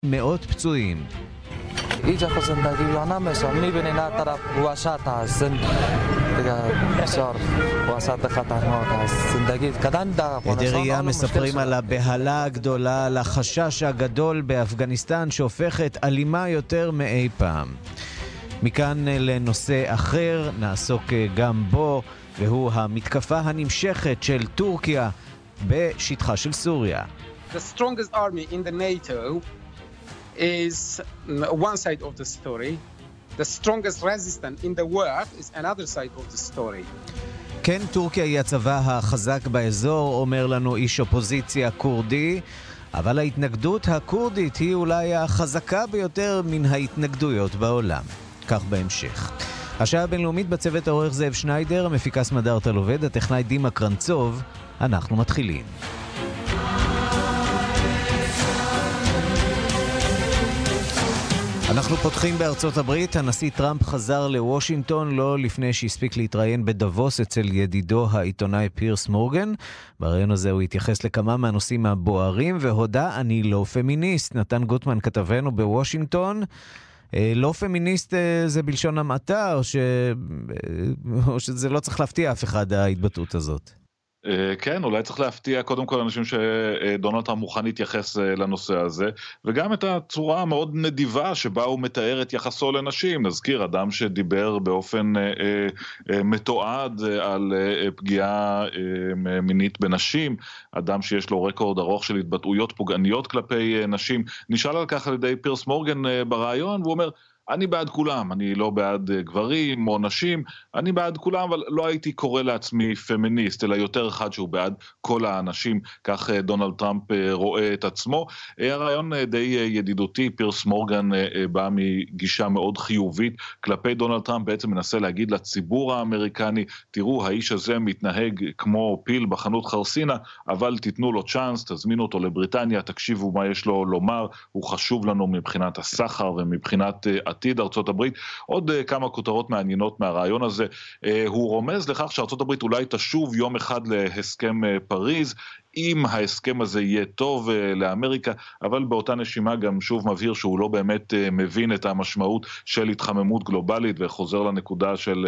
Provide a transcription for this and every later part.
מאות פצועים. ایجا خو زندگی را نمیشم میبینی نه طرف وحشت است بسیار وحشت خطرناک است זנדגי כדן עדריה מספרים על הבהלה הגדולה, על החשש הגדול באפגניסטן שהופכת אלימה יותר מאי פעם. מכאן לנושא אחר, נעסוק גם בו, והוא המתקפה הנמשכת של טורקיה בשטחה של סוריה. The strongest army in the NATO is one side of the story. The strongest resistance in the world is another side of the story. כן, טורקיה היא הצבא החזק באזור, אומר לנו איש אופוזיציה קורדי, אבל ההתנגדות הקורדית היא אולי החזקה ביותר מן ההתנגדויות בעולם. כך בהמשך. השעה הבינלאומית בצוות העורך זאב שניידר, המפיקה סמדר תלובד, הטכנאי דימה קרנצוב. אנחנו מתחילים. אנחנו פותחים בארצות הברית. הנשיא טראמפ חזר לוושינגטון לא לפני שהספיק להתראיין בדבוס אצל ידידו העיתונאי פירס מורגן. ברעיון הזה הוא התייחס לכמה מהנושאים הבוערים והודה, אני לא פמיניסט. נתן גוטמן כתבנו בוושינגטון. לא פמיניסט זה בלשון המעטה, או שזה לא צריך להפתיע אף אחד ההתבטאות הזאת? כן, אולי צריך להפתיע קודם כל אנשים שדונלד טראמפ מוכן להתייחס לנושא הזה, וגם את הצורה המאוד נדיבה שבה הוא מתאר את יחסו לנשים. נזכיר, אדם שדיבר באופן מתועד על פגיעה מינית בנשים, אדם שיש לו רקורד ארוך של התבטאויות פוגעניות כלפי נשים, נשאל על כך על ידי פירס מורגן ברעיון, והוא אומר, אני בעד כולם, אני לא בעד גברים או נשים, אני בעד כולם, אבל לא הייתי קורא לעצמי פמיניסט, אלא יותר אחד שהוא בעד כל האנשים, כך דונלד טראמפ רואה את עצמו. הרעיון די ידידותי, פירס מורגן בא מגישה מאוד חיובית, כלפי דונלד טראמפ בעצם מנסה להגיד לציבור האמריקני, תראו, האיש הזה מתנהג כמו פיל בחנות חרסינה, אבל תיתנו לו צ'אנס, תזמינו אותו לבריטניה, תקשיבו מה יש לו לומר, הוא חשוב לנו מבחינת הסחר ומבחינת עתיד ארצות הברית. עוד כמה כותרות מעניינות מהרעיון הזה. הוא רומז לכך שארצות הברית אולי תשוב יום אחד להסכם פריז, אם ההסכם הזה יהיה טוב לאמריקה, אבל באותה נשימה גם שוב מבהיר שהוא לא באמת מבין את המשמעות של התחממות גלובלית, וחוזר לנקודה של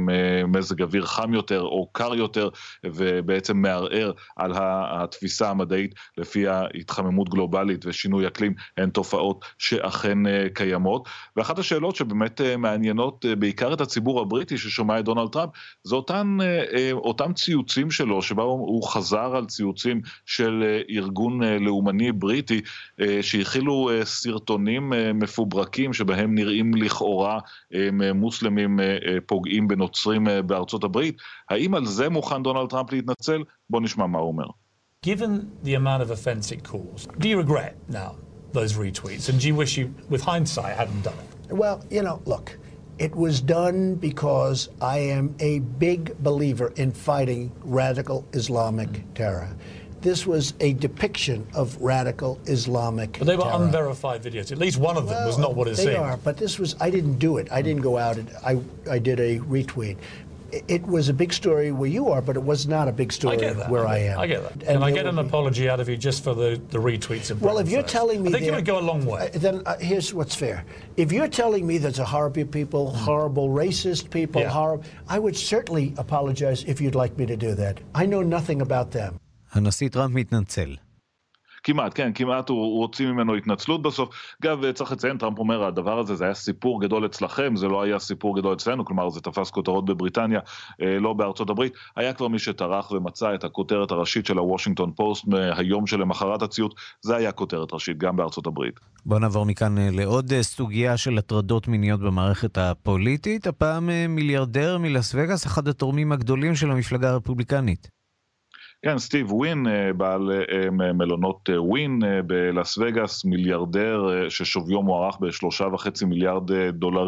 מזג אוויר חם יותר או קר יותר, ובעצם מערער על התפיסה המדעית לפי ההתחממות גלובלית ושינוי אקלים הן תופעות שאכן קיימות. ואחת השאלות שבאמת מעניינות בעיקר את הציבור הבריטי ששומע את דונלד טראמפ, זה אותם ציוצים שלו, שבה הוא חזר על ציוצים של ארגון לאומני בריטי, שהכילו סרטונים מפוברקים שבהם נראים לכאורה מוסלמים פוגעים בנוצרים בארצות הברית. האם על זה מוכן דונלד טראמפ להתנצל? בוא נשמע מה הוא אומר. Given the amount of offense it caused, do you regret now those retweets, and do you wish you, with hindsight, hadn't done it? Well, you know, look, it was done because I am a big believer in fighting radical Islamic terror. This was a depiction of radical Islamic terror. But they were unverified videos. At least one of them was not what it seemed. They are, but this was, I didn't do it. I didn't go out and I did a retweet. It was a big story where you are, but it was not a big story where I am. I get that. And I get an apology out of you just for the retweets and well, if you're telling me I think it would go a long way. Then here's what's fair. If you're telling me there's a horrible people, horrible racist people, I would certainly apologize if you'd like me to do that. I know nothing about them. הנשיא טראמפ מתנצל. כמעט, כן, כמעט הוא הוציא ממנו התנצלות בסוף. אגב, צריך לציין, טראמפ אומר, הדבר הזה, זה היה סיפור גדול אצלכם, זה לא היה סיפור גדול אצלנו, כלומר, זה תפס כותרות בבריטניה, לא בארצות הברית. היה כבר מי שטרח ומצא את הכותרת הראשית של הוושינגטון פוסט, מהיום שלמחרת הציוט, זה היה כותרת ראשית, גם בארצות הברית. בוא נעבור מכאן לעוד סוגיה של הטרדות מיניות במערכת הפוליטית, הפעם מיליארדר מלאס וגאס, אחד התורמים הגדולים של המפלגה הרפובליקנית. כן, סטיב ווין, בעל מלונות ווין בלאס וגאס, מיליארדר ששוויו מוערך ב$3.5 מיליארד,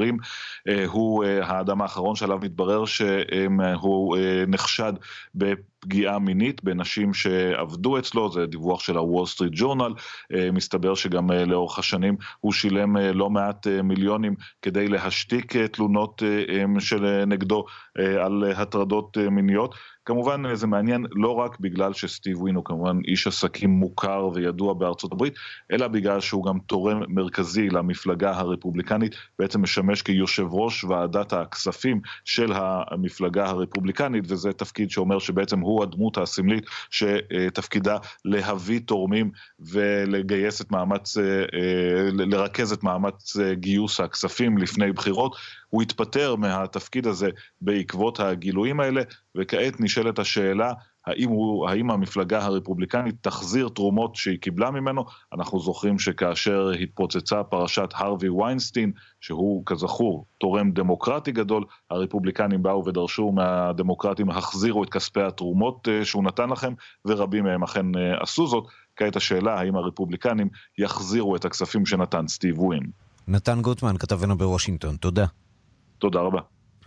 הוא האדם האחרון שעליו מתברר שהוא נחשד פגיעה מינית בנשים שעבדו אצלו, זה דיווח של הוול סטריט ג'ורנל, מסתבר שגם לאורך השנים הוא שילם לא מעט מיליונים כדי להשתיק תלונות של נגדו על הטרדות מיניות. כמובן זה מעניין לא רק בגלל שסטיב ווין הוא כמובן איש עסקים מוכר וידוע בארצות הברית, אלא בגלל שהוא גם תורם מרכזי למפלגה הרפובליקנית, בעצם משמש כיושב ראש ועדת הכספים של המפלגה הרפובליקנית, וזה תפקיד שאומר שבעצם הוא הדמות הסמלית שתפקידה להביא תורמים ולגייס את מאמץ, לרכז את מאמץ גיוס הכספים לפני בחירות. הוא התפטר מהתפקיד הזה בעקבות הגילויים האלה, וכעת נשאלת השאלה, האם המפלגה הרפובליקנית תחזיר תרומות שהיא קיבלה ממנו? אנחנו זוכרים שכאשר התפוצצה פרשת הרווי ויינסטיין, שהוא כזכור תורם דמוקרטי גדול, הרפובליקנים באו ודרשו מהדמוקרטים החזירו את כספי התרומות שהוא נתן לכם, ורבים מהם אכן עשו זאת. כעת השאלה, האם הרפובליקנים יחזירו את הכספים שנתן סטיב ווין. נתן גוטמן, כתבנו בוושינגטון, תודה. תודה רבה.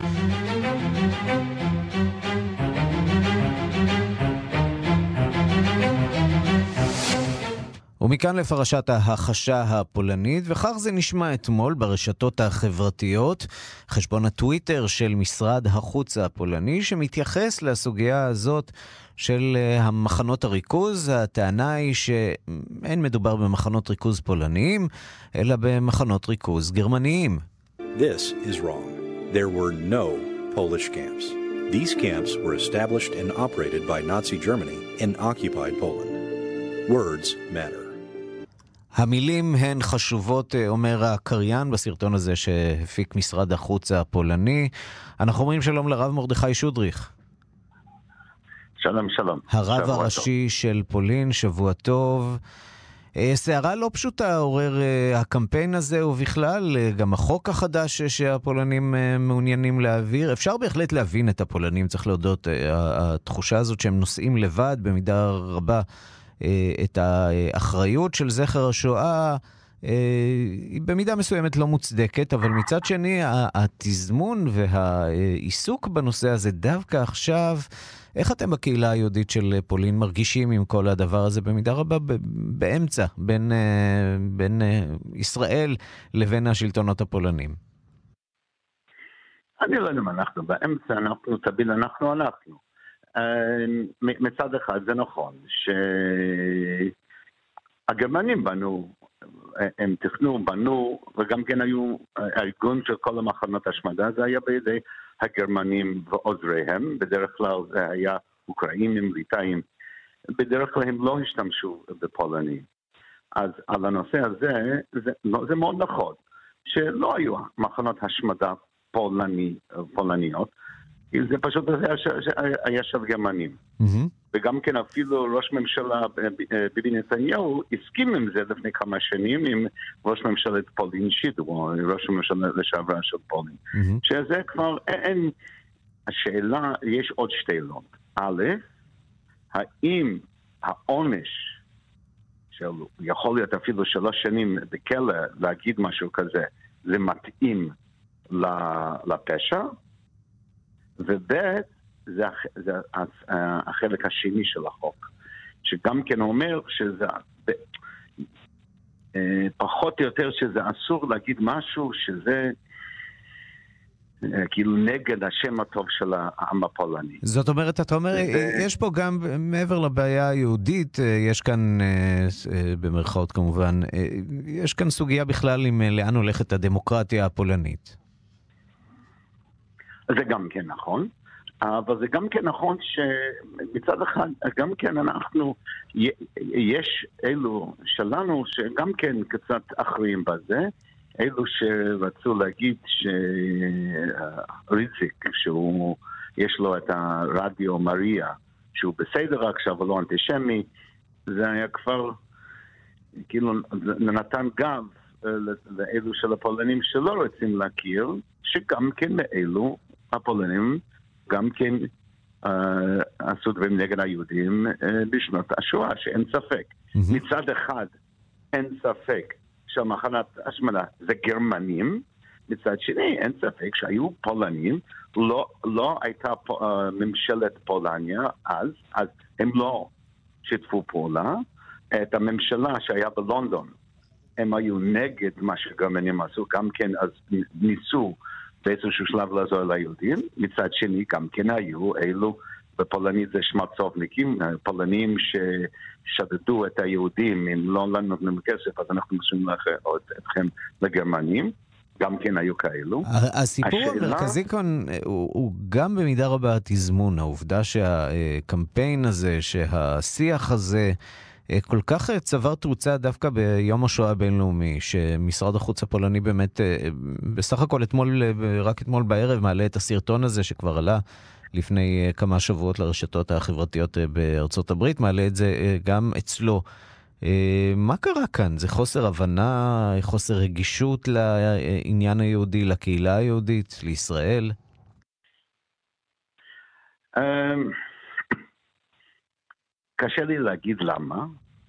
ומכאן לפרשת ההחשה הפולנית, וכך זה נשמע אתמול ברשתות החברתיות, חשבון הטוויטר של משרד החוץ הפולני, שמתייחס לסוגיה הזאת של המחנות הריכוז. הטענה היא שאין מדובר במחנות ריכוז פולניים, אלא במחנות ריכוז גרמניים. This is wrong. There were no Polish camps. These camps were established and operated by Nazi Germany in occupied Poland. Words matter. המילים הן חשובות, אומר הקריין בסרטון הזה שהפיק משרד החוץ הפולני. אנחנו אומרים שלום לרב מרדכי שודריך. שלום, שלום. הרב הראשי של פולין, שבוע טוב. סערה לא פשוטה עורר הקמפיין הזה, ובכלל גם החוק החדש שהפולנים מעוניינים להעביר. אפשר בהחלט להבין את הפולנים, צריך להודות, התחושה הזאת שהם נושאים לבד במידה רבה את האחריות של זכר השואה, היא במידה מסוימת לא מוצדקת, אבל מצד שני התזמון והעיסוק בנושא הזה דווקא עכשיו, איך אתם בקהילה היהודית של פולין מרגישים עם כל הדבר הזה במידה רבה באמצע, בין ישראל לבין השלטונות הפולנים? אני לא יודע אם אנחנו באמצע, אנחנו תמיד אנחנו. מצד אחד זה נכון שהגרמנים בנו, הם תכנו, בנו, וגם כן היו הארגון של כל המחנות השמדה, זה היה בידי הגרמנים ועוזריהם, בדרך כלל זה היה אוקראינים, ליטאים, בדרך כלל הם לא השתמשו בפולנים. אז על הנושא הזה, זה מאוד נכון, שלא היו מחנות השמדה פולניות, זה פשוט היה של גרמנים. וגם כן אפילו ראש ממשלה ביבי נתניהו הסכים עם זה לפני כמה שנים עם ראש ממשלת פולין שידו, ראש הממשלה לשעבר של פולין. שזה כבר אין, השאלה, יש עוד שתי שאלות. א', האם העונש יכול להיות אפילו 3 שנים בכלא להגיד משהו כזה, זה מתאים לפשע? וב' זה החלק השני של החוק, שגם כן אומר שזה פחות או יותר שזה אסור להגיד משהו שזה כאילו נגד השם הטוב של העם הפולני. זאת אומרת, אתה אומר, יש פה גם מעבר לבעיה היהודית, יש כאן במרכאות כמובן, יש כאן סוגיה בכלל עם לאן הולכת הדמוקרטיה הפולנית. זה גם כן נכון, אבל זה גם כן נכון שמצד אחד, גם כן אנחנו, יש אלו שלנו שגם כן קצת אחראים בזה, אלו שרצו להגיד שריזיק, שהוא, יש לו את הרדיו מריה, שהוא בסדר עכשיו, אבל לא אנטישמי, זה היה כבר, כאילו, נתן גב לאלו של הפולנים שלא רוצים להכיר, שגם כן מאלו הפולנים גם כן עשו דברים נגד היהודים בשנות השואה, שאין ספק. מצד אחד אין ספק שהמחנת השמדה זה גרמנים, מצד שני, אין ספק שהיו פולנים, לא הייתה ממשלת פולניה אז הם לא שיתפו פעולה. את הממשלה שהיה בלונדון, הם היו נגד מה שגרמנים עשו, גם כן אז ניסו באיזשהו שלב לעזור ליהודים. מצד שני, גם כן היו אלו, בפולנית זה שמצובניקים, פולנים ששדדו את היהודים, אם לא נותנים כסף, אז אנחנו משלמים אתכם לגרמנים. גם כן היו כאלו. הסיפור המרכזי כאן הוא גם במידה רבה התזמון, העובדה שהקמפיין הזה, שהשיח הזה כל כך צבר תרוצה דווקא ביום השואה הבינלאומי, שמשרד החוץ הפולני באמת בסך הכל רק אתמול בערב מעלה את הסרטון הזה שכבר עלה לפני כמה שבועות לרשתות החברתיות בארצות הברית, מעלה את זה גם אצלו. מה קרה כאן? זה חוסר הבנה, חוסר רגישות לעניין היהודי, לקהילה היהודית, לישראל? קשה לי להגיד למה,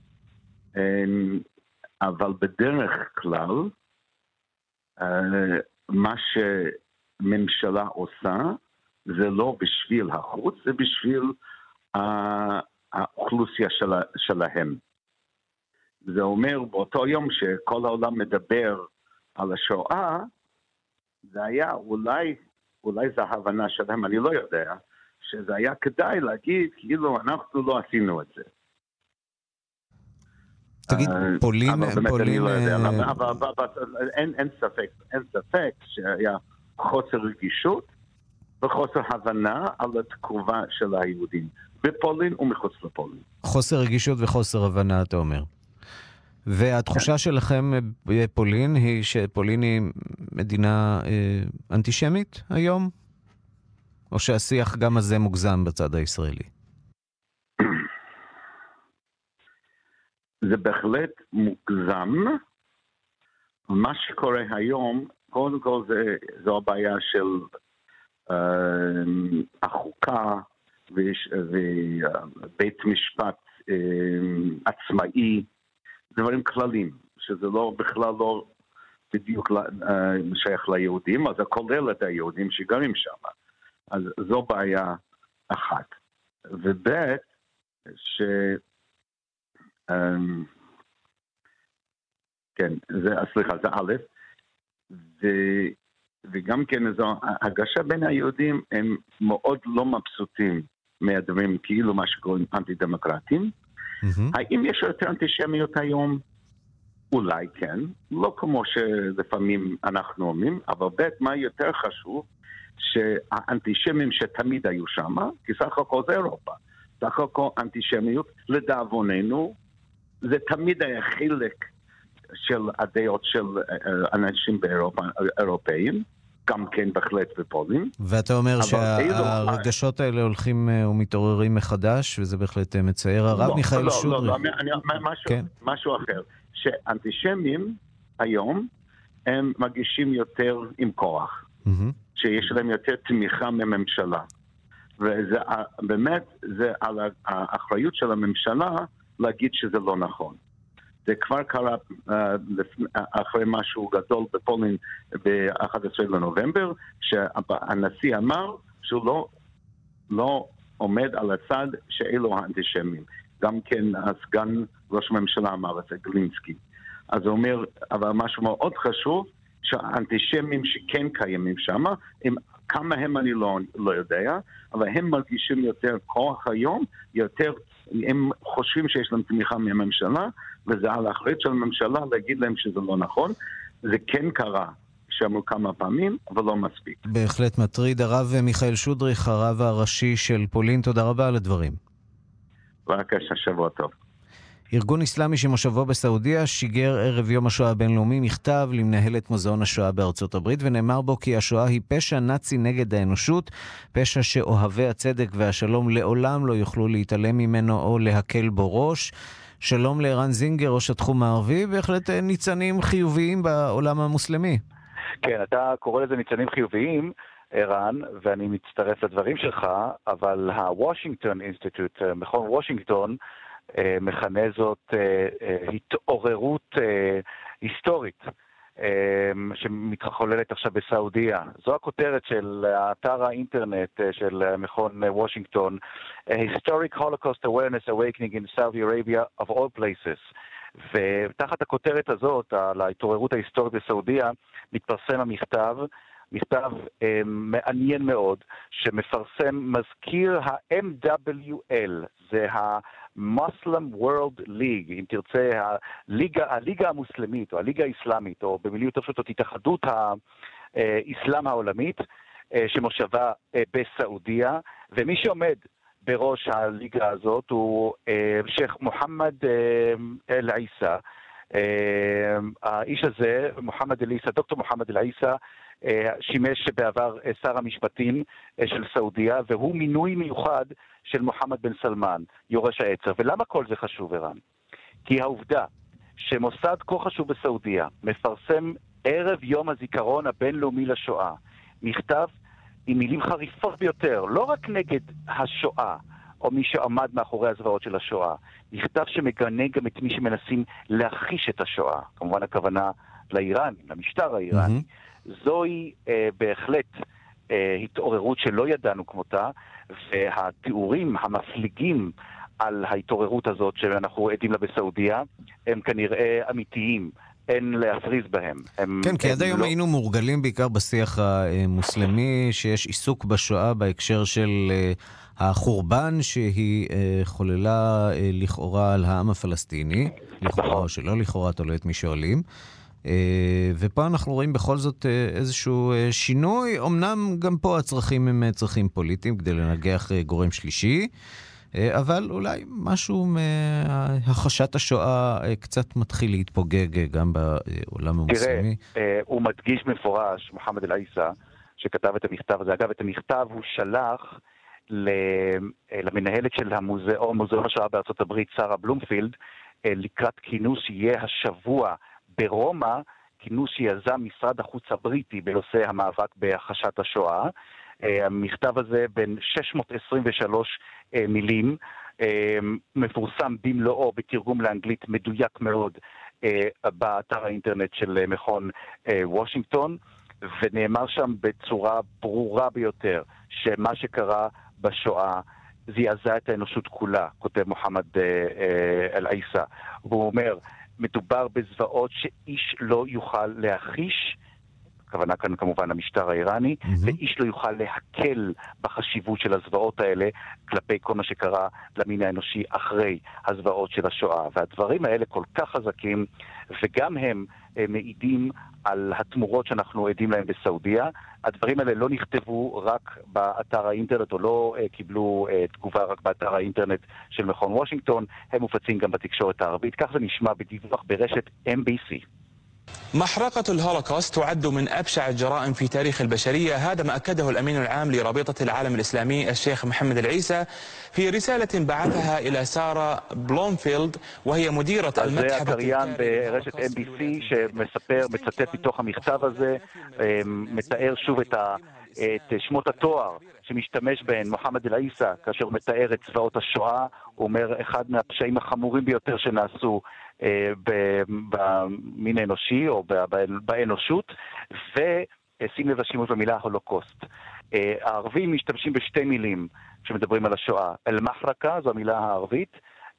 אבל בדרך כלל מה שממשלה עושה זה לא בשביל החוץ, זה בשביל האוכלוסייה שלהם. זה אומר באותו יום שכל העולם מדבר על השואה, זה היה אולי זה ההבנה שלהם, אני לא יודע, שזה היה כדאי להגיד כאילו אנחנו לא עשינו את זה. תגיד, פולין... אבל אין ספק שהיה חוסר רגישות וחוסר הבנה על התגובה של היהודים, בפולין ומחוץ לפולין. חוסר רגישות וחוסר הבנה, אתה אומר. והתחושה שלכם בפולין היא שפולין היא מדינה אנטישמית היום? או שהשיח גם הזה מוגזם בצד הישראלי? זה בהחלט מוגזם. מה שקורה היום, קודם כל זו הבעיה של החוקה ובית משפט עצמאי, דברים כללים, שזה בכלל לא בדיוק שייך ליהודים, אז זה כולל את היהודים שגרים שם. אז זו בעיה אחת. וב' כן, סליחה, זה א', וגם כן זו הגשה בין היהודים, הם מאוד לא מבסוטים מהדברים כאילו מה שקוראים אנטי-דמוקרטים. האם יש יותר אנטישמיות היום? אולי כן, לא כמו שלפעמים אנחנו אומרים, אבל ב' מה יותר חשוב, שהאנטישמים שתמיד היו שם, כי סך הכל זה אירופה, סך הכל אנטישמיות, לדאבוננו, זה תמיד היה חלק של הדעות של אנשים באירופה, אירופאים, גם כן בהחלט בפולין. ואתה אומר שהרגשות האלה הולכים ומתעוררים מחדש, וזה בהחלט מצייר. הרב מיכאל שודרי. משהו אחר, שאנטישמים היום הם מרגישים יותר עם כוח, שיש להם יותר תמיכה מממשלה. וזה באמת, זה על האחריות של הממשלה להגיד שזה לא נכון. זה כבר קרה אחרי משהו גדול בפולין ב-11 לנובמבר, שהנשיא אמר שהוא לא עומד על הצד שאלו האנטישמים. גם כן הסגן ראש הממשלה אמר את זה, גלינסקי. אז הוא אומר, אבל משהו מאוד חשוב, שהאנטישמים שכן קיימים שם, כמה הם אני לא יודע, אבל הם מרגישים יותר כוח היום, יותר, הם חושבים שיש להם תמיכה מהממשלה, וזה על האחריות של הממשלה להגיד להם שזה לא נכון. זה כן קרה, שאמרו כמה פעמים, אבל לא מספיק. בהחלט מטריד. הרב מיכאל שודרי, הרב הראשי של פולין, תודה רבה על הדברים. בבקשה, שבוע טוב. ארגון אסלאמי שמושבו בסעודיה שיגר ערב יום השואה הבינלאומי מכתב למנהלת מוזיאון השואה בארצות הברית, ונאמר בו כי השואה היא פשע נאצי נגד האנושות, פשע שאוהבי הצדק והשלום לעולם לא יוכלו להתעלם ממנו או להקל בו ראש. שלום לערן זינגר, ראש התחום הערבי, בהחלט ניצנים חיוביים בעולם המוסלמי. כן, אתה קורא לזה ניצנים חיוביים, ערן, ואני מצטרף לדברים שלך, אבל הוושינגטון אינסטיטוט, מכון וושינגטון, מכנה זאת התעוררות היסטורית שמתחוללת עכשיו בסעודיה. זו הכותרת של אתר האינטרנט של מכון וושינגטון, Historic Holocaust Awareness Awakening in Saudi Arabia of all places. ותחת הכותרת הזאת, על ההתעוררות ההיסטורית בסעודיה, מתפרסם מכתב מעניין מאוד, שמפרסם מזכיר ה-MWL, זה ה-Muslim World League, אם תרצה, הליגה המוסלמית, או הליגה האסלאמית, או במילים יותר פשוטות, התאחדות האסלאם העולמית, שמושבה בסעודיה, ומי שעומד בראש הליגה הזאת הוא שייח מוחמד אל-עיסא. האיש הזה, מוחמד אל-עיסא, דוקטור מוחמד אל-עיסא, שימש בעבר שר המשפטים של סעודיה, והוא מינוי מיוחד של מוחמד בן סלמן, יורש העצר. ולמה כל זה חשוב, ערן? כי העובדה שמוסד כה חשוב בסעודיה מפרסם ערב יום הזיכרון הבינלאומי לשואה, מכתב עם מילים חריפות ביותר, לא רק נגד השואה, או מי שעמד מאחורי הזוועות של השואה, מכתב שמגנה גם את מי שמנסים להכחיש את השואה, כמובן הכוונה לאיראן, למשטר האיראני. זוהי בהחלט התעוררות שלא ידענו כמותה, והתיאורים המפליגים על ההתעוררות הזאת שאנחנו עדים לה בסעודיה, הם כנראה אמיתיים. אין להפריז בהם. כן, כי עד היום היינו מורגלים בעיקר בשיח המוסלמי, שיש עיסוק בשואה בהקשר של החורבן שהיא חוללה לכאורה על העם הפלסטיני, לכאורה או שלא לכאורה, תלוי את מי שואלים. ופה אנחנו רואים בכל זאת איזשהו שינוי, אמנם גם פה הצרכים הם צרכים פוליטיים כדי לנגח גורם שלישי, אבל אולי משהו מהחשת השואה קצת מתחיל להתפוגג גם בעולם המוסלמי. תראה, הוא מדגיש מפורש, מוחמד אל-עיסא, שכתב את המכתב הזה. אגב, את המכתב הוא שלח למנהלת של מוזיאון השואה בארצות הברית, שרה בלומפילד, לקראת כינוס שיהיה השבוע ברומא, כינוס שיזם משרד החוץ הבריטי בנושא המאבק בהחשת השואה. המכתב הזה בין 623 מילים, מפורסם במלואו בתרגום לאנגלית מדויק מאוד באתר האינטרנט של מכון וושינגטון, ונאמר שם בצורה ברורה ביותר שמה שקרה בשואה זעזע את האנושות כולה, כותב מוחמד אל-עיסא. והוא אומר, מדובר בזוועות שאיש לא יוכל להכחיש, הכוונה כאן כמובן המשטר האיראני, ואיש לא יוכל להקל בחשיבות של הזוועות האלה כלפי כל מה שקרה למין האנושי אחרי הזוועות של השואה. והדברים האלה כל כך חזקים, וגם הם מעידים על התמורות שאנחנו עדים להם בסעודיה. הדברים האלה לא נכתבו רק באתר האינטרנט, או לא קיבלו תגובה רק באתר האינטרנט של מכון וושינגטון, הם מופצים גם בתקשורת הערבית. כך זה נשמע בדיווח ברשת MBC. محرقة الهولوكوست تعد من أبشع الجرائم في تاريخ البشرية، هذا ما أكده الأمين العام لرابطة العالم الإسلامي الشيخ محمد العيسى في رسالة بعثها إلى سارة بلومفيلد وهي مديرة المتحف. זה הקריין ברשת MBC מצטט מתוך המכתב הזה, מתאר שוב את שמות התואר שמשתמש בהן מוחמד אל-עיסא כאשר הוא מתאר את צבאות השואה. הוא אומר אחד מהפשעים החמורים ביותר שנעשו במין האנושי או באנושות, ושים לב לשימוש במילה הולוקוסט. הערבים משתמשים בשתי מילים כשמדברים על השואה, אל-מחרקה זו המילה הערבית,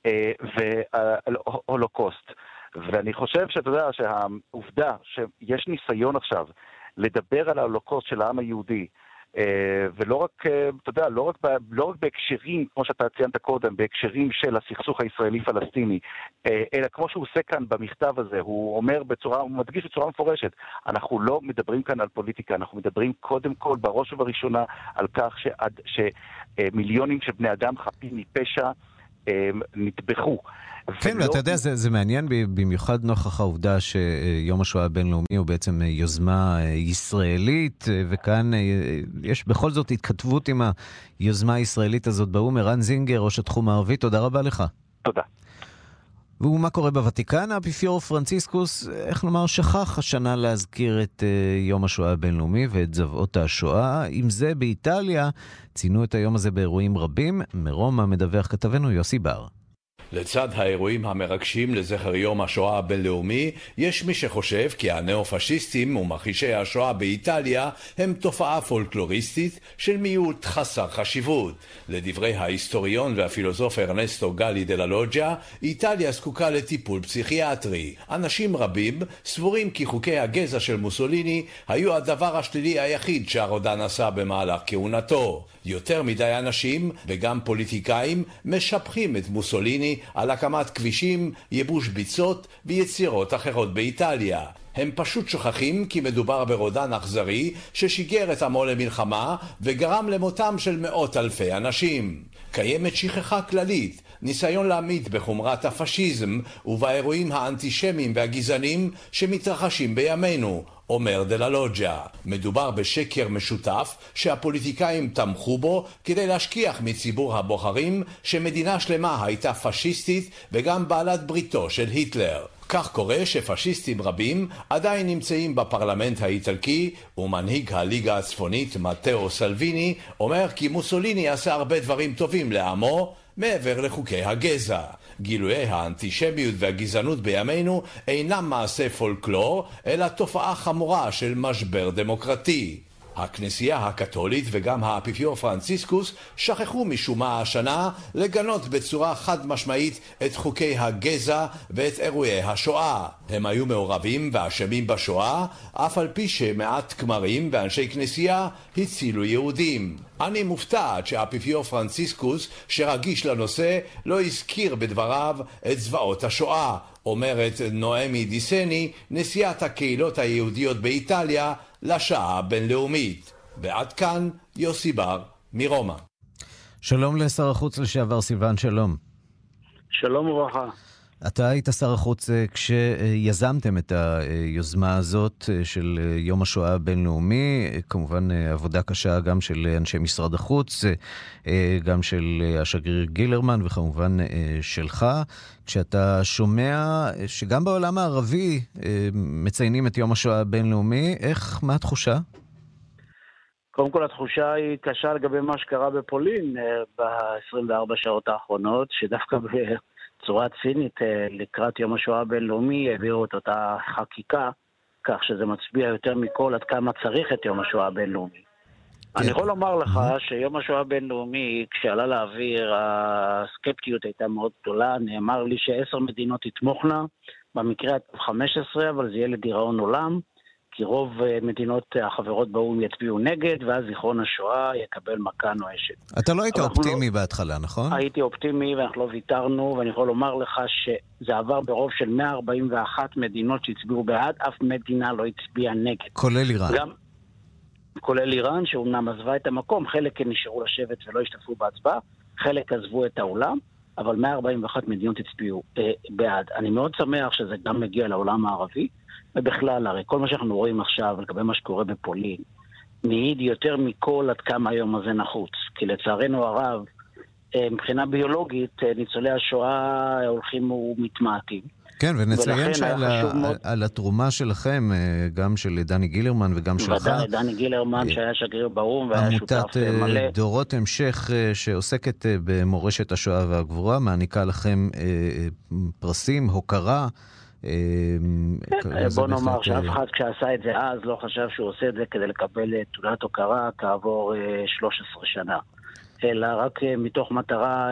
והולוקוסט. ואני חושב שאתה יודע שהעובדה שיש ניסיון עכשיו לדבר על ההולוקוסט של העם היהודי, ולא רק, אתה יודע, לא רק בהקשרים, כמו שאתה ציינת קודם, בהקשרים של הסכסוך הישראלי-פלסטיני, אלא כמו שהוא עושה כאן במכתב הזה, הוא אומר בצורה, הוא מדגיש בצורה מפורשת, אנחנו לא מדברים כאן על פוליטיקה, אנחנו מדברים קודם כל, בראש ובראשונה, על כך שמיליונים של בני אדם חפים מפשע נטבחו. כן, ואתה יודע, זה מעניין במיוחד נוכח העובדה שיום השואה הבינלאומי הוא בעצם יוזמה ישראלית, וכאן יש בכל זאת התכתבות עם היוזמה הישראלית הזאת באום. ערן זינגר, ראש התחום הערבי, תודה רבה לך. תודה. ומה קורה בוותיקן? האפיפיור פרנציסקוס, איך לומר, שכח השנה להזכיר את יום השואה הבינלאומי ואת זוועות השואה. עם זה באיטליה ציינו את היום הזה באירועים רבים. מרומא מדווח כתבנו יוסי בר. לצד האירועים המרגשים לזכר יום השואה הבינלאומי, יש מי שחושב כי הנאו-פשיסטים ומכחישי השואה באיטליה הם תופעה פולקלוריסטית של מיעוט חסר חשיבות. לדברי ההיסטוריון והפילוסוף ארנסטו גלי דלה לוג'ה, איטליה זקוקה לטיפול פסיכיאטרי. אנשים רבים סבורים כי חוקי הגזע של מוסוליני היו הדבר השלילי היחיד שהרודן עשה במהלך כהונתו. יותר מדי אנשים וגם פוליטיקאים משבחים את מוסוליני על הקמת כבישים, ייבוש ביצות ויצירות אחרות באיטליה. הם פשוט שוכחים כי מדובר ברודן אכזרי ששיגר את עמו למלחמה וגרם למותם של מאות אלפי אנשים. קיימת שכחה כללית, ניסיון להעמיד בחומרת הפשיזם ובאירועים האנטישמיים והגזענים שמתרחשים בימינו, אומר דלה לוג'ה. מדובר בשקר משותף שהפוליטיקאים תמכו בו כדי להשכיח מציבור הבוחרים שמדינה שלמה הייתה פשיסטית וגם בעלת בריתו של היטלר. כך קורה שפשיסטים רבים עדיין נמצאים בפרלמנט האיטלקי, ומנהיג הליגה הצפונית מתאו סלוויני אומר כי מוסוליני עשה הרבה דברים טובים לעמו מעבר לחוקי הגזע. גילויי האנטישמיות והגזענות בימינו אינם מעשה פולקלור, אלא תופעה חמורה של משבר דמוקרטי. הכנסייה הקתולית וגם האפיפיור פרנציסקוס שכחו משום מה השנה לגנות בצורה חד משמעית את חוקי הגזע ואת אירועי השואה. הם היו מעורבים ואשמים בשואה, אף על פי שמעט כמרים ואנשי כנסייה הצילו יהודים. אני מופתעת שהאפיפיור פרנציסקוס שרגיש לנושא לא הזכיר בדבריו את זוועות השואה, אומרת נואמי דיסני, נשיאת הקהילות היהודיות באיטליה, לשעה הבינלאומית. ועד כאן יוסי בר מרומא. שלום לשר החוץ לשעבר סילבן שלום. שלום וברכה. אתה היית שר החוץ כשיזמתם את היוזמה הזאת של יום השואה הבינלאומי, כמובן עבודה קשה גם של אנשי משרד החוץ, גם של השגריר גילרמן וכמובן שלך. כשאתה שומע שגם בעולם הערבי מציינים את יום השואה הבינלאומי, מה התחושה? קודם כל התחושה היא קשה לגבי מה שקרה בפולין ב-24 שעות האחרונות, שדווקא בצורה צינית לקראת יום השואה הבינלאומי העבירו את אותה חקיקה, כך שזה מצביע יותר מכל עד כמה צריך את יום השואה הבינלאומי. אני יכול לומר לך שיום השואה הבינלאומי, כשעלה לאוויר, הסקפטיות הייתה מאוד גדולה. נאמר לי ש10 מדינות יתמוכנה, במקרה 15, אבל זה יהיה לדיראון עולם, כי רוב מדינות החברות באו"ם יצביעו נגד, ואז זיכרון השואה יקבל מכה נואשת. אתה לא היית אופטימי בהתחלה, נכון? הייתי אופטימי ואנחנו לא ויתרנו, ואני יכול לומר לך שזה עבר ברוב של 141 מדינות שהצביעו בעד, אף מדינה לא הצביעה נגד. כולל איראן. כולל איראן, שאומנם עזבה את המקום, חלק נשארו לשבת ולא השתתפו בהצבעה, חלק עזבו את העולם, אבל 141 מדינות הצביעו בעד. אני מאוד שמח שזה גם מגיע לעולם הערבי, ובכלל, הרי כל מה שאנחנו רואים עכשיו, לגבי מה שקורה בפולין, מעיד יותר מכל עד כמה היום הזה נחוץ. כי לצערנו הרב, מבחינה ביולוגית, ניצולי השואה הולכים ומתמעטים. כן, ונציין על התרומה שלכם, גם של דני גילרמן וגם שלך. ודאי, דני גילרמן שהיה שגריר באו"ם והיה שותף מלא. עמותת דורות המשך שעוסקת במורשת השואה והגבורה, מעניקה לכם פרסים, הוקרה. בוא נאמר שאף אחד כשעשה את זה אז לא חשב שהוא עושה את זה כדי לקבל תעודת הוקרה כעבור 13 שנה. אלא רק מתוך מטרה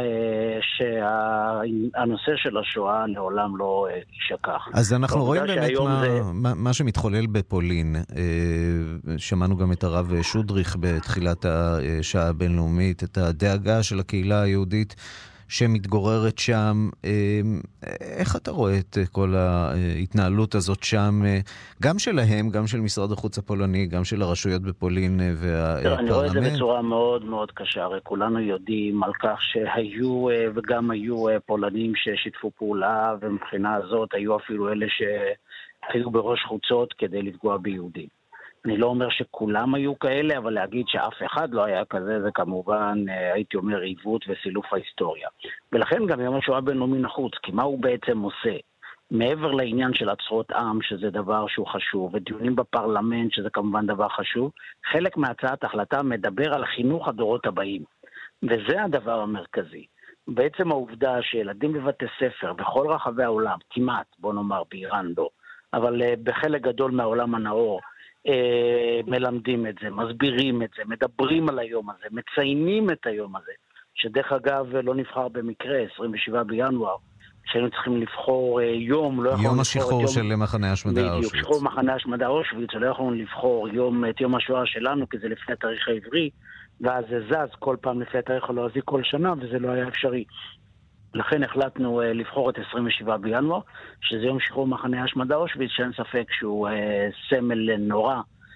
שהנושא של השואה לעולם לא יישכח. אז אנחנו רואים באמת מה שמתחולל בפולין. שמענו גם את הרב שודריך בתחילת השעה הבינלאומית, את הדאגה של הקהילה היהודית שמתגוררת שם. איך אתה רואה את כל ההתנהלות הזאת שם, גם שלהם, גם של משרד החוץ הפולני, גם של הרשויות בפולין והפרלמנט? אני רואה את זה בצורה מאוד מאוד קשה. הרי כולנו יודעים על כך שהיו וגם היו פולנים ששיתפו פעולה, ומבחינה הזאת היו אפילו אלה שהיו בראש חוצות כדי לפגוע ביהודים. אני לא אומר שכולם היו כאלה, אבל להגיד שאף אחד לא היה כזה, זה כמובן, הייתי אומר, עיוות וסילוף ההיסטוריה. ולכן גם יום השואה הבינלאומי נחוץ, כי מה הוא בעצם עושה? מעבר לעניין של עצרות עם, שזה דבר שהוא חשוב, ודיונים בפרלמנט, שזה כמובן דבר חשוב, חלק מהצעת החלטה מדבר על חינוך הדורות הבאים. וזה הדבר המרכזי. בעצם העובדה שילדים בבתי ספר בכל רחבי העולם, כמעט, בוא נאמר באיראן לא, אבל בחלק גדול מהעולם הנאור, מלמדים את זה, מסבירים את זה, מדברים על היום הזה, מציינים את היום הזה, שדרך אגב לא נבחר במקרה, 27 בינואר, שהיינו צריכים לבחור יום, לא יכולנו יום השחרור של מחנה השמדה אושוויץ. בדיוק, שחרור מחנה השמדה אושוויץ, לא יכולנו לבחור את יום השואה שלנו, כי זה לפי התאריך העברי, ואז זה זז כל פעם לפי התאריך הלועזי כל שנה, וזה לא היה אפשרי. לכן החלטנו לבחור את 27 בינואר, שזה יום שחרור מחנה השמדה אושוויץ, שאין ספק שהוא סמל נורא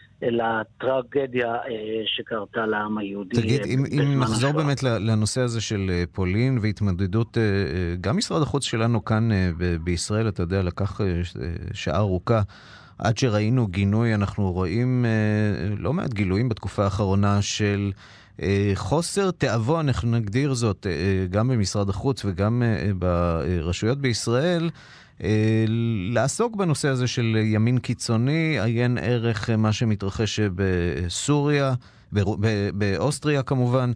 לטרגדיה שקרתה לעם היהודי. תגיד, אם נחזור באמת לנושא הזה של פולין והתמודדות, גם משרד החוץ שלנו כאן בישראל, אתה יודע, לקח שעה ארוכה, עד שראינו גינוי, אנחנו רואים לא מעט גילויים בתקופה האחרונה של חוסר תאבון, איך נגדיר זאת, גם במשרד החוץ וגם ברשויות בישראל, לעסוק בנושא הזה של ימין קיצוני, עיין ערך מה שמתרחש בסוריה, באוסטריה כמובן.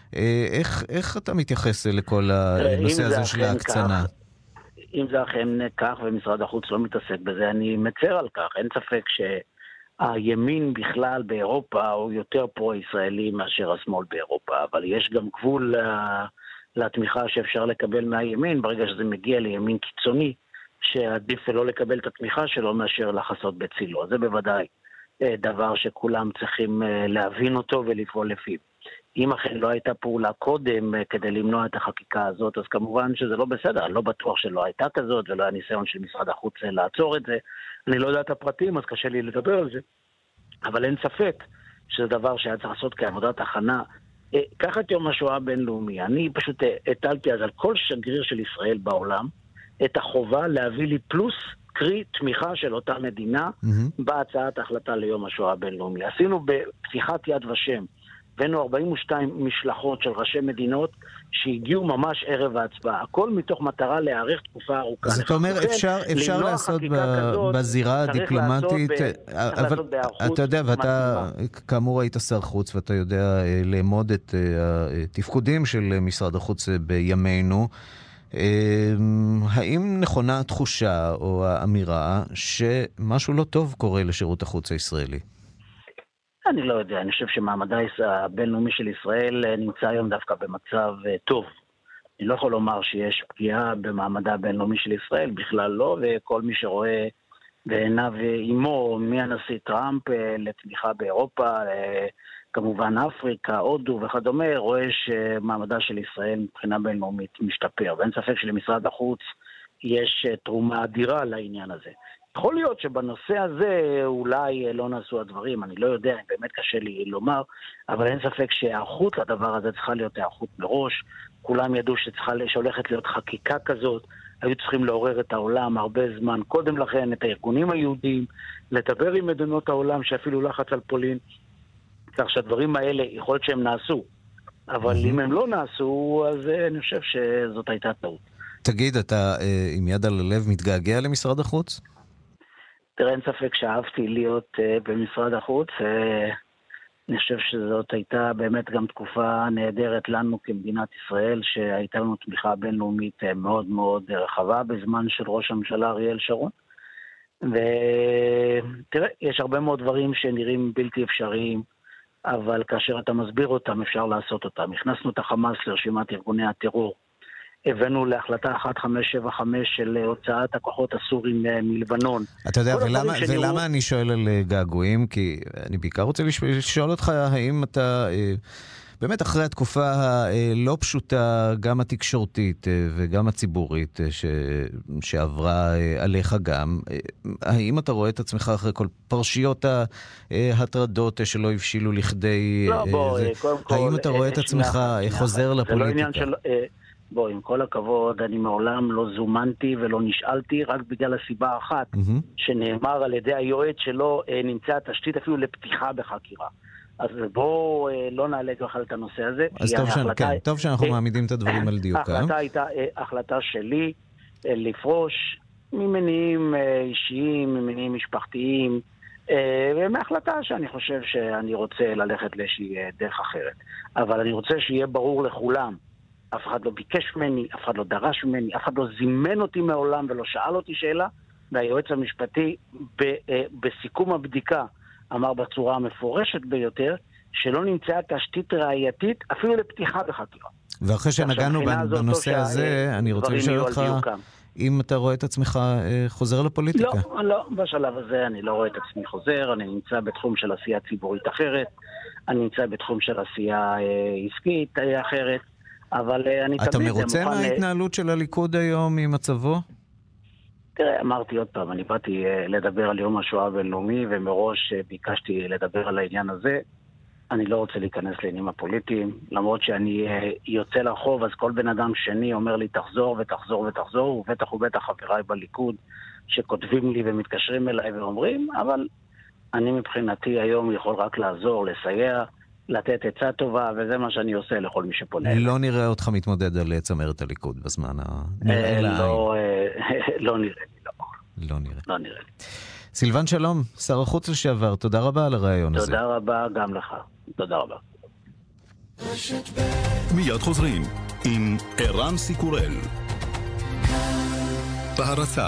איך אתה מתייחס לכל הנושא הזה של ההקצנה? אם זה אכן כך ומשרד החוץ לא מתעסק בזה, אני מצר על כך. אין ספק שהימין בכלל באירופה הוא יותר פרו-ישראלי מאשר השמאל באירופה, אבל יש גם גבול לתמיכה שאפשר לקבל מהימין, ברגע שזה מגיע לימין קיצוני, שעדיף לא לקבל את התמיכה שלו מאשר לחסות בצילו. זה בוודאי דבר שכולם צריכים להבין אותו ולפעול לפיו. אם אכן לא הייתה פעולה קודם כדי למנוע את החקיקה הזאת, אז כמובן שזה לא בסדר. אני לא בטוח שלא הייתה כזאת ולא היה ניסיון של משרד החוץ לעצור את זה. אני לא יודע את הפרטים, אז קשה לי לדבר על זה. אבל אין ספק שזה דבר שהיה צריך לעשות כעבודת הכנה. קח את יום השואה הבינלאומי. אני פשוט הטלתי אז על כל שגריר של ישראל בעולם את החובה להביא לי פלוס, קרי תמיכה של אותה מדינה בהצעת החלטה ליום השואה הבינלאומי. עשינו בפתיחת יד ושם, הבאנו 42 משלחות של ראשי מדינות שהגיעו ממש ערב ההצבעה. הכל מתוך מטרה להאריך תקופה ארוכה. אז אתה אומר, אפשר לעשות בזירה הדיפלומטית, אבל אתה יודע, ואתה כאמור היית שר חוץ, ואתה יודע לעמוד את התפקודים של משרד החוץ בימינו. האם נכונה התחושה או האמירה שמשהו לא טוב קורה לשירות החוץ הישראלי? אני לא יודע, אני חושב שמעמדה הבינלאומי של ישראל נמצא היום דווקא במצב טוב. אני לא יכול לומר שיש פגיעה במעמדה הבינלאומי של ישראל, בכלל לא, וכל מי שרואה בעיניו אימו מהנשיא טראמפ לתמיכה באירופה, כמובן אפריקה, הודו וכדומה, רואה שמעמדה של ישראל מבחינה בינלאומית משתפר. ואין ספק שלמשרד החוץ יש תרומה אדירה לעניין הזה. יכול להיות שבנושא הזה אולי לא נעשו הדברים, אני לא יודע, באמת קשה לי לומר, אבל אין ספק שהערכות לדבר הזה צריכה להיות הערכות מראש. כולם ידעו שהולכת להיות חקיקה כזאת, היו צריכים לעורר את העולם הרבה זמן קודם לכן, את הארגונים היהודיים, לדבר עם מדינות העולם שאפילו לחץ על פולין, כך שהדברים האלה יכול להיות שהם נעשו, אבל אם הם לא נעשו, אז אני חושב שזאת הייתה טעות. תגיד, אתה עם יד על הלב מתגעגע למשרד החוץ? תראה, אין ספק שאהבתי להיות במשרד החוץ. אני חושב שזאת הייתה באמת גם תקופה נהדרת לנו כמדינת ישראל, שהייתה לנו תמיכה בינלאומית מאוד מאוד רחבה בזמן של ראש הממשלה אריאל שרון. ותראה, יש הרבה מאוד דברים שנראים בלתי אפשריים, אבל כאשר אתה מסביר אותם אפשר לעשות אותם. הכנסנו את החמאס לרשימת ארגוני הטרור. הבאנו להחלטה 1575 של הוצאת הכוחות הסורים מלבנון. אתה יודע, ולמה אני שואל על געגועים? כי אני בעיקר רוצה לשאול אותך, האם אתה, באמת אחרי התקופה הלא פשוטה, גם התקשורתית וגם הציבורית שעברה עליך גם, האם אתה רואה את עצמך אחרי כל פרשיות ההטרדות שלא הבשילו לכדי... לא, קודם כל... האם אתה רואה את עצמך חוזר לפוליטיקה? בוא, עם כל הכבוד, אני מעולם לא זומנתי ולא נשאלתי, רק בגלל הסיבה אחת, שנאמר על ידי היועץ שלא נמצא תשתית אפילו לפתיחה בחקירה. אז בואו לא נעלה בכלל את הנושא הזה. אז טוב שאנחנו מעמידים את הדברים על דיוקה. ההחלטה הייתה החלטה שלי לפרוש ממניעים אישיים, ממניעים משפחתיים, ומהחלטה שאני חושב שאני רוצה ללכת לאיזושהי דרך אחרת. אבל אני רוצה שיהיה ברור לכולם, אף אחד לא ביקש ממני, אף אחד לא דרש ממני, אף אחד לא זימן אותי מעולם ולא שאל אותי שאלה, והיועץ המשפטי בסיכום הבדיקה אמר בצורה המפורשת ביותר, שלא נמצאה תשתית ראייתית אפילו לפתיחה בחקירה. ואחרי שנגענו בנושא הזה, אני רוצה לשאול אותך, אם אתה רואה את עצמך חוזר לפוליטיקה? לא, בשלב הזה אני לא רואה את עצמי חוזר, אני נמצא בתחום של עשייה ציבורית אחרת, אני נמצא בתחום של עשייה עסקית אחרת, אבל אני תמיד... אתה מרוצה מההתנהלות של הליכוד היום עם מצבו? תראה, אמרתי עוד פעם, אני באתי לדבר על יום השואה הבינלאומי, ומראש ביקשתי לדבר על העניין הזה. אני לא רוצה להיכנס לעניינים הפוליטיים, למרות שאני יוצא לרחוב, אז כל בן אדם שני אומר לי תחזור ותחזור ותחזור, ובטח חבריי בליכוד שכותבים לי ומתקשרים אליי ואומרים, אבל אני מבחינתי היום יכול רק לעזור, לסייע, לתת עצה טובה, וזה מה שאני עושה לכל מי שפונה. לא נראה אותך מתמודד על צמרת הליכוד בזמן הנראה לעין. לא נראה לי, לא נראה לי. סילבן שלום, שר החוץ לשעבר, תודה רבה על הרעיון הזה. תודה רבה גם לך. תודה רבה. מיד חוזרים עם ערן סיקורל. בהרצה.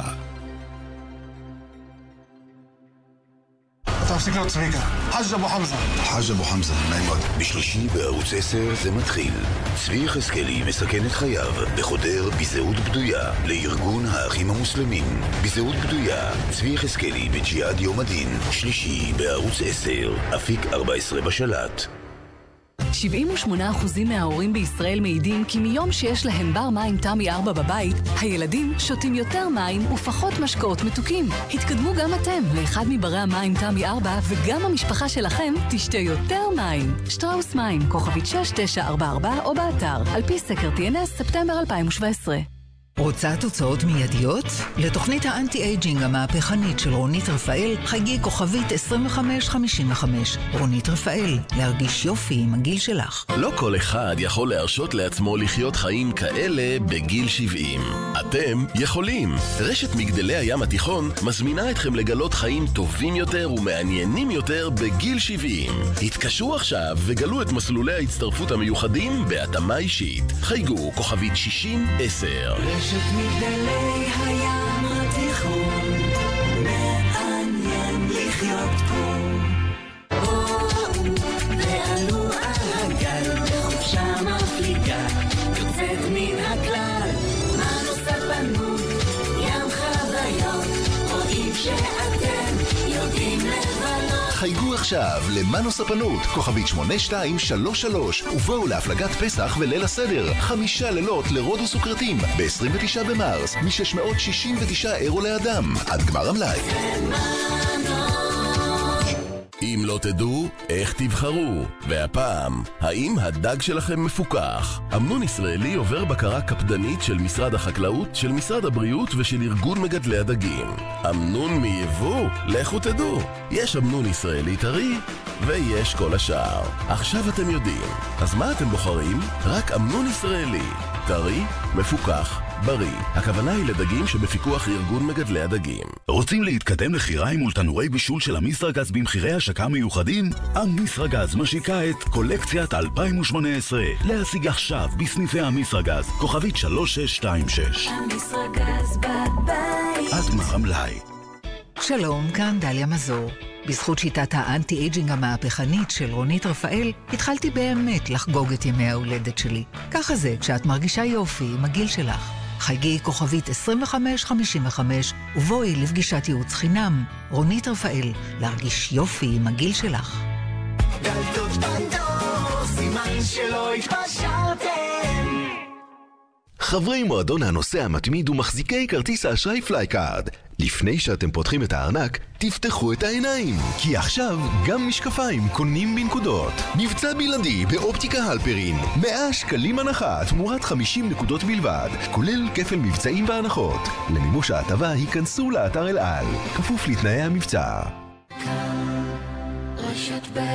תפסיק לו צביקה. חאג' אבו חמזה. חאג' אבו חמזה, נעימות. בשלישי בערוץ 10 זה מתחיל. צבי יחזקאלי מסכן את חייו וחודר בזהות בדויה לארגון האחים המוסלמים. בזהות בדויה, צבי יחזקאלי בג'יהאד יום הדין. שלישי בערוץ 10, אפיק 14 בשלט. 78% מההורים בישראל מעידים כי מיום שיש להם בר מים תמי 4 בבית, הילדים שותים יותר מים ופחות משקאות מתוקים. התקדמו גם אתם לאחד מברי המים תמי 4 וגם המשפחה שלכם תשתה יותר מים. שטראוס מים, כוכבית 6944 או באתר, על פי סקר TNS ספטמבר 2017. רוצה תוצאות מיידיות? לתוכנית האנטי-אייג'ינג המהפכנית של רונית רפאל, חגי כוכבית 2555. רונית רפאל, להרגיש יופי עם הגיל שלך. לא כל אחד יכול להרשות לעצמו לחיות חיים כאלה בגיל 70. אתם יכולים. רשת מגדלי הים התיכון מזמינה אתכם לגלות חיים טובים יותר ומעניינים יותר בגיל 70. התקשרו עכשיו וגלו את מסלולי ההצטרפות המיוחדים בהתאמה אישית. חייגו כוכבית 6010. רשת מגדלי הים התיכון, מעניין לחיות פה. ועלו על הגל בחופשה מפליגה, יוצאת מן הכלל, מנוס ספנות, ים חוויות, רואים שאתם יודעים לבלות. חייגו עכשיו למנוס ספנות, כוכבית 8233, ובואו להפלגת פסח וליל הסדר, 5 לילות לרודוס וקרטים, ב-29 במרס, מ-669 אירו לאדם, עד גמר המלאי. אם לא תדעו, איך תבחרו? והפעם, האם הדג שלכם מפוקח? אמנון ישראלי עובר בקרה קפדנית של משרד החקלאות, של משרד הבריאות ושל ארגון מגדלי הדגים. אמנון מייבוא? לכו תדעו. יש אמנון ישראלי טרי, ויש כל השאר. עכשיו אתם יודעים. אז מה אתם בוחרים? רק אמנון ישראלי. טרי, מפוקח, בריא. הכוונה היא לדגים שבפיקוח ארגון מגדלי הדגים. רוצים להתקדם לחיריים מול תנורי בישול של אמיסרגז במחירי השקה מיוחדים? אמיסרגז משיקה את קולקציית 2018. להשיג עכשיו בסניפי אמיסרגז, כוכבית 3626. אמיסרגז בבית. עד גמר המלאי. שלום, כאן דליה מזור. בזכות שיטת האנטי-אייג'ינג המהפכנית של רונית רפאל, התחלתי באמת לחגוג את ימי ההולדת שלי. ככה זה כשאת מרגישה יופי עם הגיל שלך. חייגי כוכבית 2555 ובואי לפגישת ייעוץ חינם. רונית רפאל, להרגיש יופי עם הגיל שלך. דלתות פנדור, סימן שלא התפשרתם. חברי מועדון הנוסע המתמיד ומחזיקי כרטיס האשראי פלייקארד, לפני שאתם פותחים את הארנק, תפתחו את העיניים, כי עכשיו גם משקפיים קונים בנקודות. מבצע בלעדי באופטיקה הלפרין, 100 שקלים הנחה תמורת 50 נקודות בלבד, כולל כפל מבצעים והנחות. למימוש ההטבה היכנסו לאתר אל על, כפוף לתנאי המבצע. רשת ב'.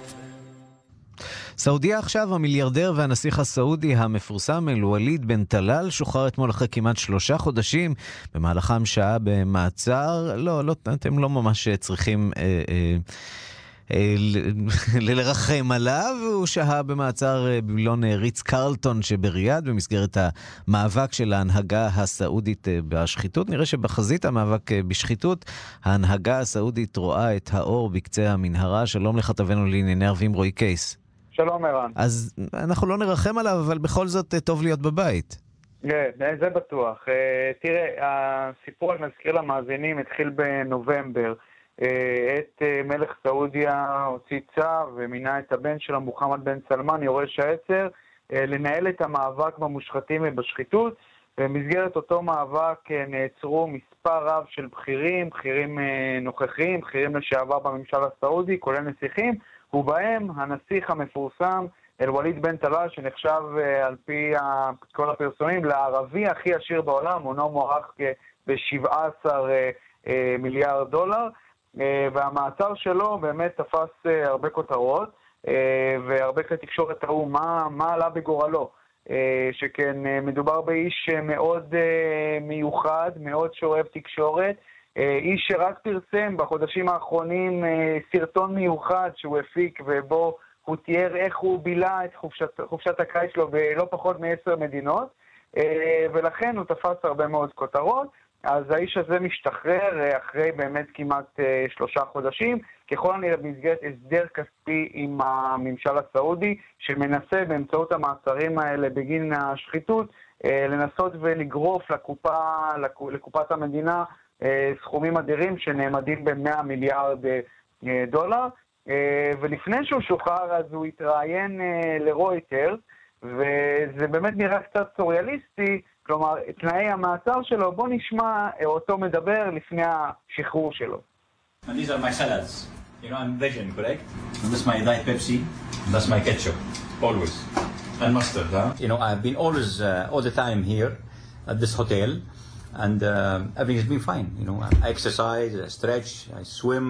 סעודיה עכשיו, המיליארדר והנסיך הסעודי המפורסם אל-וליד בן טלאל שוחרר אתמול אחרי כמעט 3 חודשים, במהלכם שעה במעצר. לא, אתם לא ממש צריכים לרחם עליו, והוא שהה במעצר במלון ריץ קרלטון שבריאד במסגרת המאבק של ההנהגה הסעודית בשחיתות. נראה שבחזית המאבק בשחיתות ההנהגה הסעודית רואה את האור בקצה המנהרה. שלום לכתבנו לענייני ערבים רועי קייס. שלום ערן. אז אנחנו לא נרחם עליו, אבל בכל זאת טוב להיות בבית. כן, זה בטוח. תראה, הסיפור, אני מזכיר למאזינים, התחיל בנובמבר. את מלך סעודיה הוציא צו ומינה את הבן שלו, מוחמד בן סלמן, יורש העצר, לנהל את המאבק במושחתים ובשחיתות. במסגרת אותו מאבק נעצרו מספר רב של בכירים נוכחים, בכירים לשעבר בממשל הסעודי, כולל נסיכים, ובהם הנסיך המפורסם אל-וליד בן טלאל, שנחשב על פי כל הפרסומים לערבי הכי עשיר בעולם, הוא מוערך ב$17 מיליארד, והמעצר שלו באמת תפס הרבה כותרות, והרבה כלי תקשורת ראו מה עלה בגורלו, שכן מדובר באיש מאוד מיוחד, מאוד שאוהב תקשורת, איש שרק פרסם בחודשים האחרונים סרטון מיוחד שהוא הפיק, ובו הוא תיאר איך הוא בילה את חופשת הקיץ שלו בלא פחות מ10 מדינות, ולכן הוא תפס הרבה מאוד כותרות. אז האיש הזה משתחרר אחרי באמת כמעט 3 חודשים, ככל הנראה במסגרת הסדר כספי עם הממשל הסעודי, שמנסה באמצעות המעצרים האלה בגין השחיתות, לנסות ולגרוף לקופת המדינה סכומים אדירים שנאמדים ב$100 מיליארד. ולפני שהוא שוחרר אז הוא התראיין לרויטרס, וזה באמת נראה קצת סוריאליסטי, כלומר, תנאי המעצר שלו, בוא נשמע אותו מדבר לפני השחרור שלו. And these are my salads. You know, I'm vegan, correct? And this is my Diet Pepsi. And that's my ketchup. Always. And mustard, huh? You know, I've been always, all the time here at this hotel. And everything has been fine. You know, I exercise, I stretch, I swim.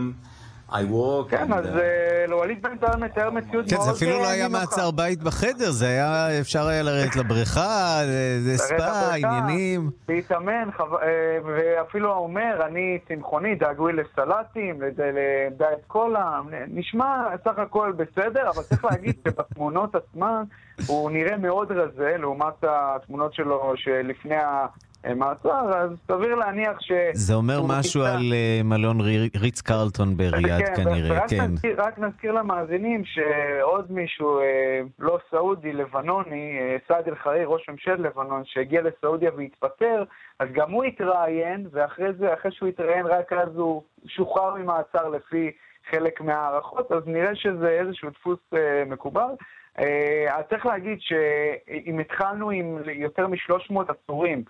כן, אז לווליד בן טלאל מתאר מציאות כן, זה אפילו לא היה מעצר בית בחדר, זה היה, אפשר היה לרדת לבריכה, זה ספא, עניינים. להתאמן, ואפילו אומר, אני צמחוני, דאגו לי לסלטים, לדיאט קולה, נשמע סך הכל בסדר, אבל צריך להגיד שבתמונות עצמן הוא נראה מאוד רזה, לעומת התמונות שלו שלפני מעצר, אז סביר להניח זה אומר משהו על מלון ריץ קרלטון בריאד כנראה, כן. רק נזכיר למאזינים שעוד מישהו לא סעודי, לבנוני, סעד אל-חרירי, ראש ממשלת לבנון, שהגיע לסעודיה והתפטר, אז גם הוא התראיין, ואחרי זה, אחרי שהוא התראיין, רק אז הוא שוחרר ממעצר לפי חלק מהערכות, אז נראה שזה איזשהו דפוס מקובל. אז צריך להגיד שאם התחלנו עם יותר מ-300 עצורים,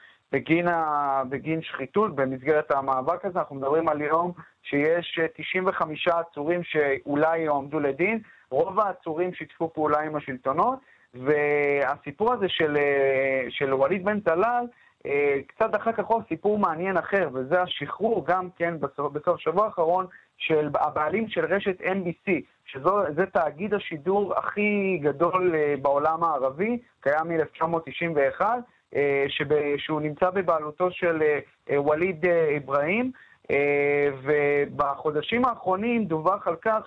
בגין שחיתות במסגרת המאבק הזה, אנחנו מדברים על יום שיש 95 עצורים שאולי יועמדו לדין, רוב העצורים שיתפו פעולה עם השלטונות, והסיפור הזה של ווליד בן טלאל, קצת אחר כך הוא סיפור מעניין אחר, וזה השחרור גם כן בסוף שבוע האחרון של הבעלים של רשת NBC, שזה תאגיד השידור הכי גדול בעולם הערבי, קיים מ-1991, שהוא נמצא בבעלותו של ווליד אברהים, ובחודשים האחרונים דווח על כך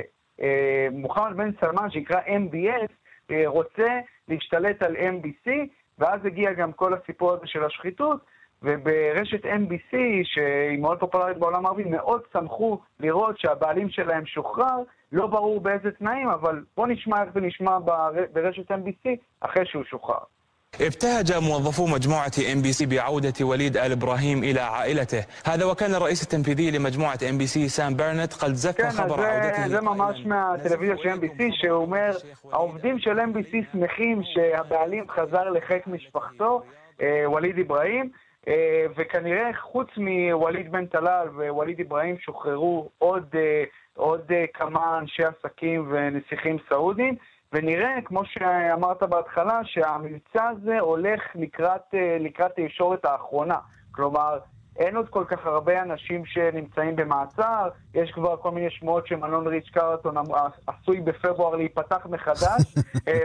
שמוחמד בן סלמן, שיקרא MBS, רוצה להשתלט על NBC, ואז הגיע גם כל הסיפור הזה של השחיתות, וברשת NBC, שהיא מאוד פופולרית בעולם הערבי, מאוד שמחו לראות שהבעלים שלהם שוחרר, לא ברור באיזה תנאים, אבל בוא נשמע איך זה נשמע ברשת NBC אחרי שהוא שוחרר. ابتهج موظفو مجموعة MBC بعودة وليد آل إبراهيم إلى عائلته. هذا وكان الرئيس التنفيذي لمجموعة MBC سام برنت قد زف خبر عودته. זה ממש מהטלוויזיה של MBC שאומר, העובדים של MBC שמחים שהבעלים חזר לחיק משפחתו, וליד אברהים, וכנראה חוץ מווליד בן טלאל ווליד אברהים שוחררו עוד כמה אנשי עסקים ונסיכים סעודים, ונראה, כמו שאמרת בהתחלה, שהמבצע הזה הולך לקראת הישורת האחרונה. כלומר, אין עוד כל כך הרבה אנשים שנמצאים במעצר, יש כבר כל מיני שמועות שמלון ריץ קרלטון עשוי בפברואר להיפתח מחדש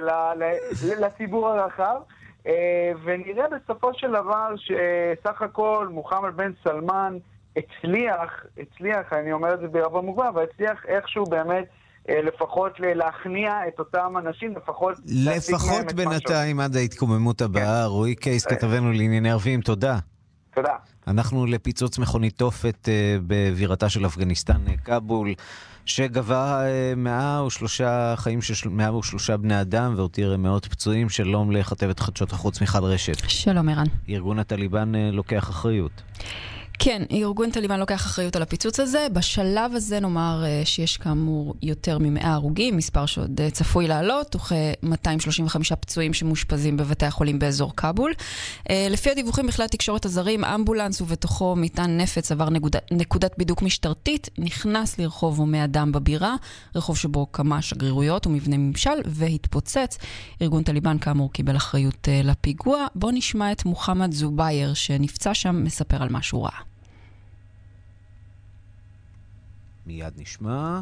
לציבור הרחב, ונראה בסופו של דבר שסך הכל מוחמד בן סלמן הצליח, אני אומר את זה בערבון מוגבל, אבל הצליח איכשהו באמת לפחות להכניע את אותם אנשים, לפחות בינתיים עד ההתקוממות הבאה. רועי קייס, כתבנו לענייני ערבים, תודה. תודה. אנחנו לפיצוץ מכונית תופת בבירתה של אפגניסטן, קאבול, שגבה 103 בני אדם והותיר מאות פצועים. שלום לכתבת חדשות החוץ מיכל רשף. שלום ערן. ארגון הטליבן לוקח אחריות. כן, ארגון טליבן לוקח אחריות על הפיצוץ הזה. בשלב הזה נאמר שיש כאמור יותר מ100 הרוגים, מספר שעוד צפוי לעלות, וכ-235 פצועים שמושפזים בבתי החולים באזור קאבול. לפי הדיווחים בכלי התקשורת הזרים, אמבולנס ובתוכו מטען נפץ עבר נקודת בידוק משטרתית, נכנס לרחוב הומי אדם בבירה, רחוב שבו כמה שגרירויות ומבני ממשל, והתפוצץ. ארגון טליבן כאמור קיבל אחריות לפיגוע. בוא נשמע את מוחמד זובייר שנפצע שם, מספר על מה שהוא ראה. מיד נשמע.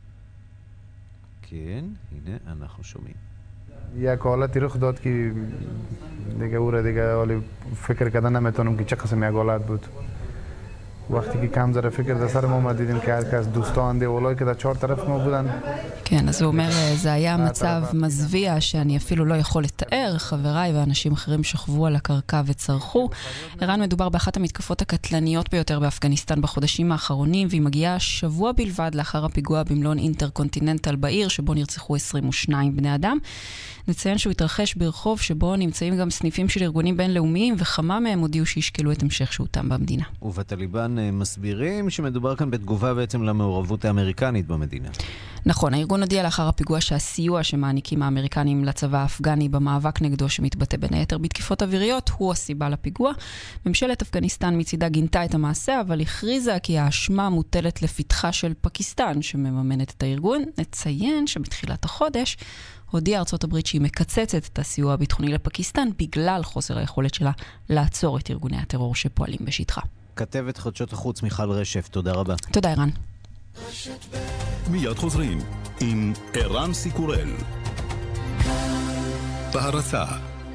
כן, הנה אנחנו שומעים. یک حالتی رخ داد که دیگه او را دیگه حالی فکر کردن نمیتونم که چه قسم یک حالت بود. وقتی که کم ذره فکر در سر ما دیدیم که هر کس دوستان دیولای که در 4 طرف ما بودن. כן, אז הוא אומר, זה היה מצב מזוויע שאני אפילו לא יכול לתאר. חבריי ואנשים אחרים שכבו על הקרקע וצרחו. ערן, מדובר באחת המתקפות הקטלניות ביותר באפגניסטן בחודשים האחרונים, והיא מגיעה שבוע בלבד לאחר הפיגוע במלון אינטרקונטיננטל בעיר, שבו נרצחו 22 בני אדם. נציין שהוא התרחש ברחוב שבו נמצאים גם סניפים של ארגונים בינלאומיים, וכמה מהם הודיעו שישקלו את המשך שהותם במדינה. ובטליבן מסבירים שמדובר כאן בתגובה בעצם למעורבות האמריקנית במדינה. נכון, הארגון הודיע לאחר הפיגוע שהסיוע שמעניקים האמריקנים לצבא האפגני במאבק נגדו, שמתבטא בין היתר בתקיפות אוויריות, הוא הסיבה לפיגוע. ממשלת אפגניסטן מצידה גינתה את המעשה, אבל הכריזה כי האשמה מוטלת לפתחה של פקיסטן שמממנת את הארגון. נציין שבתחילת החודש הודיעה ארצות הברית שהיא מקצצת את הסיוע הביטחוני לפקיסטן בגלל חוסר היכולת שלה לעצור את ארגוני הטרור שפועלים בשטחה. כתבת חדשות החוץ מיכל רשף, תודה רבה. תודה ערן. מיד חוזרים עם ערן סיקורל. בהרצה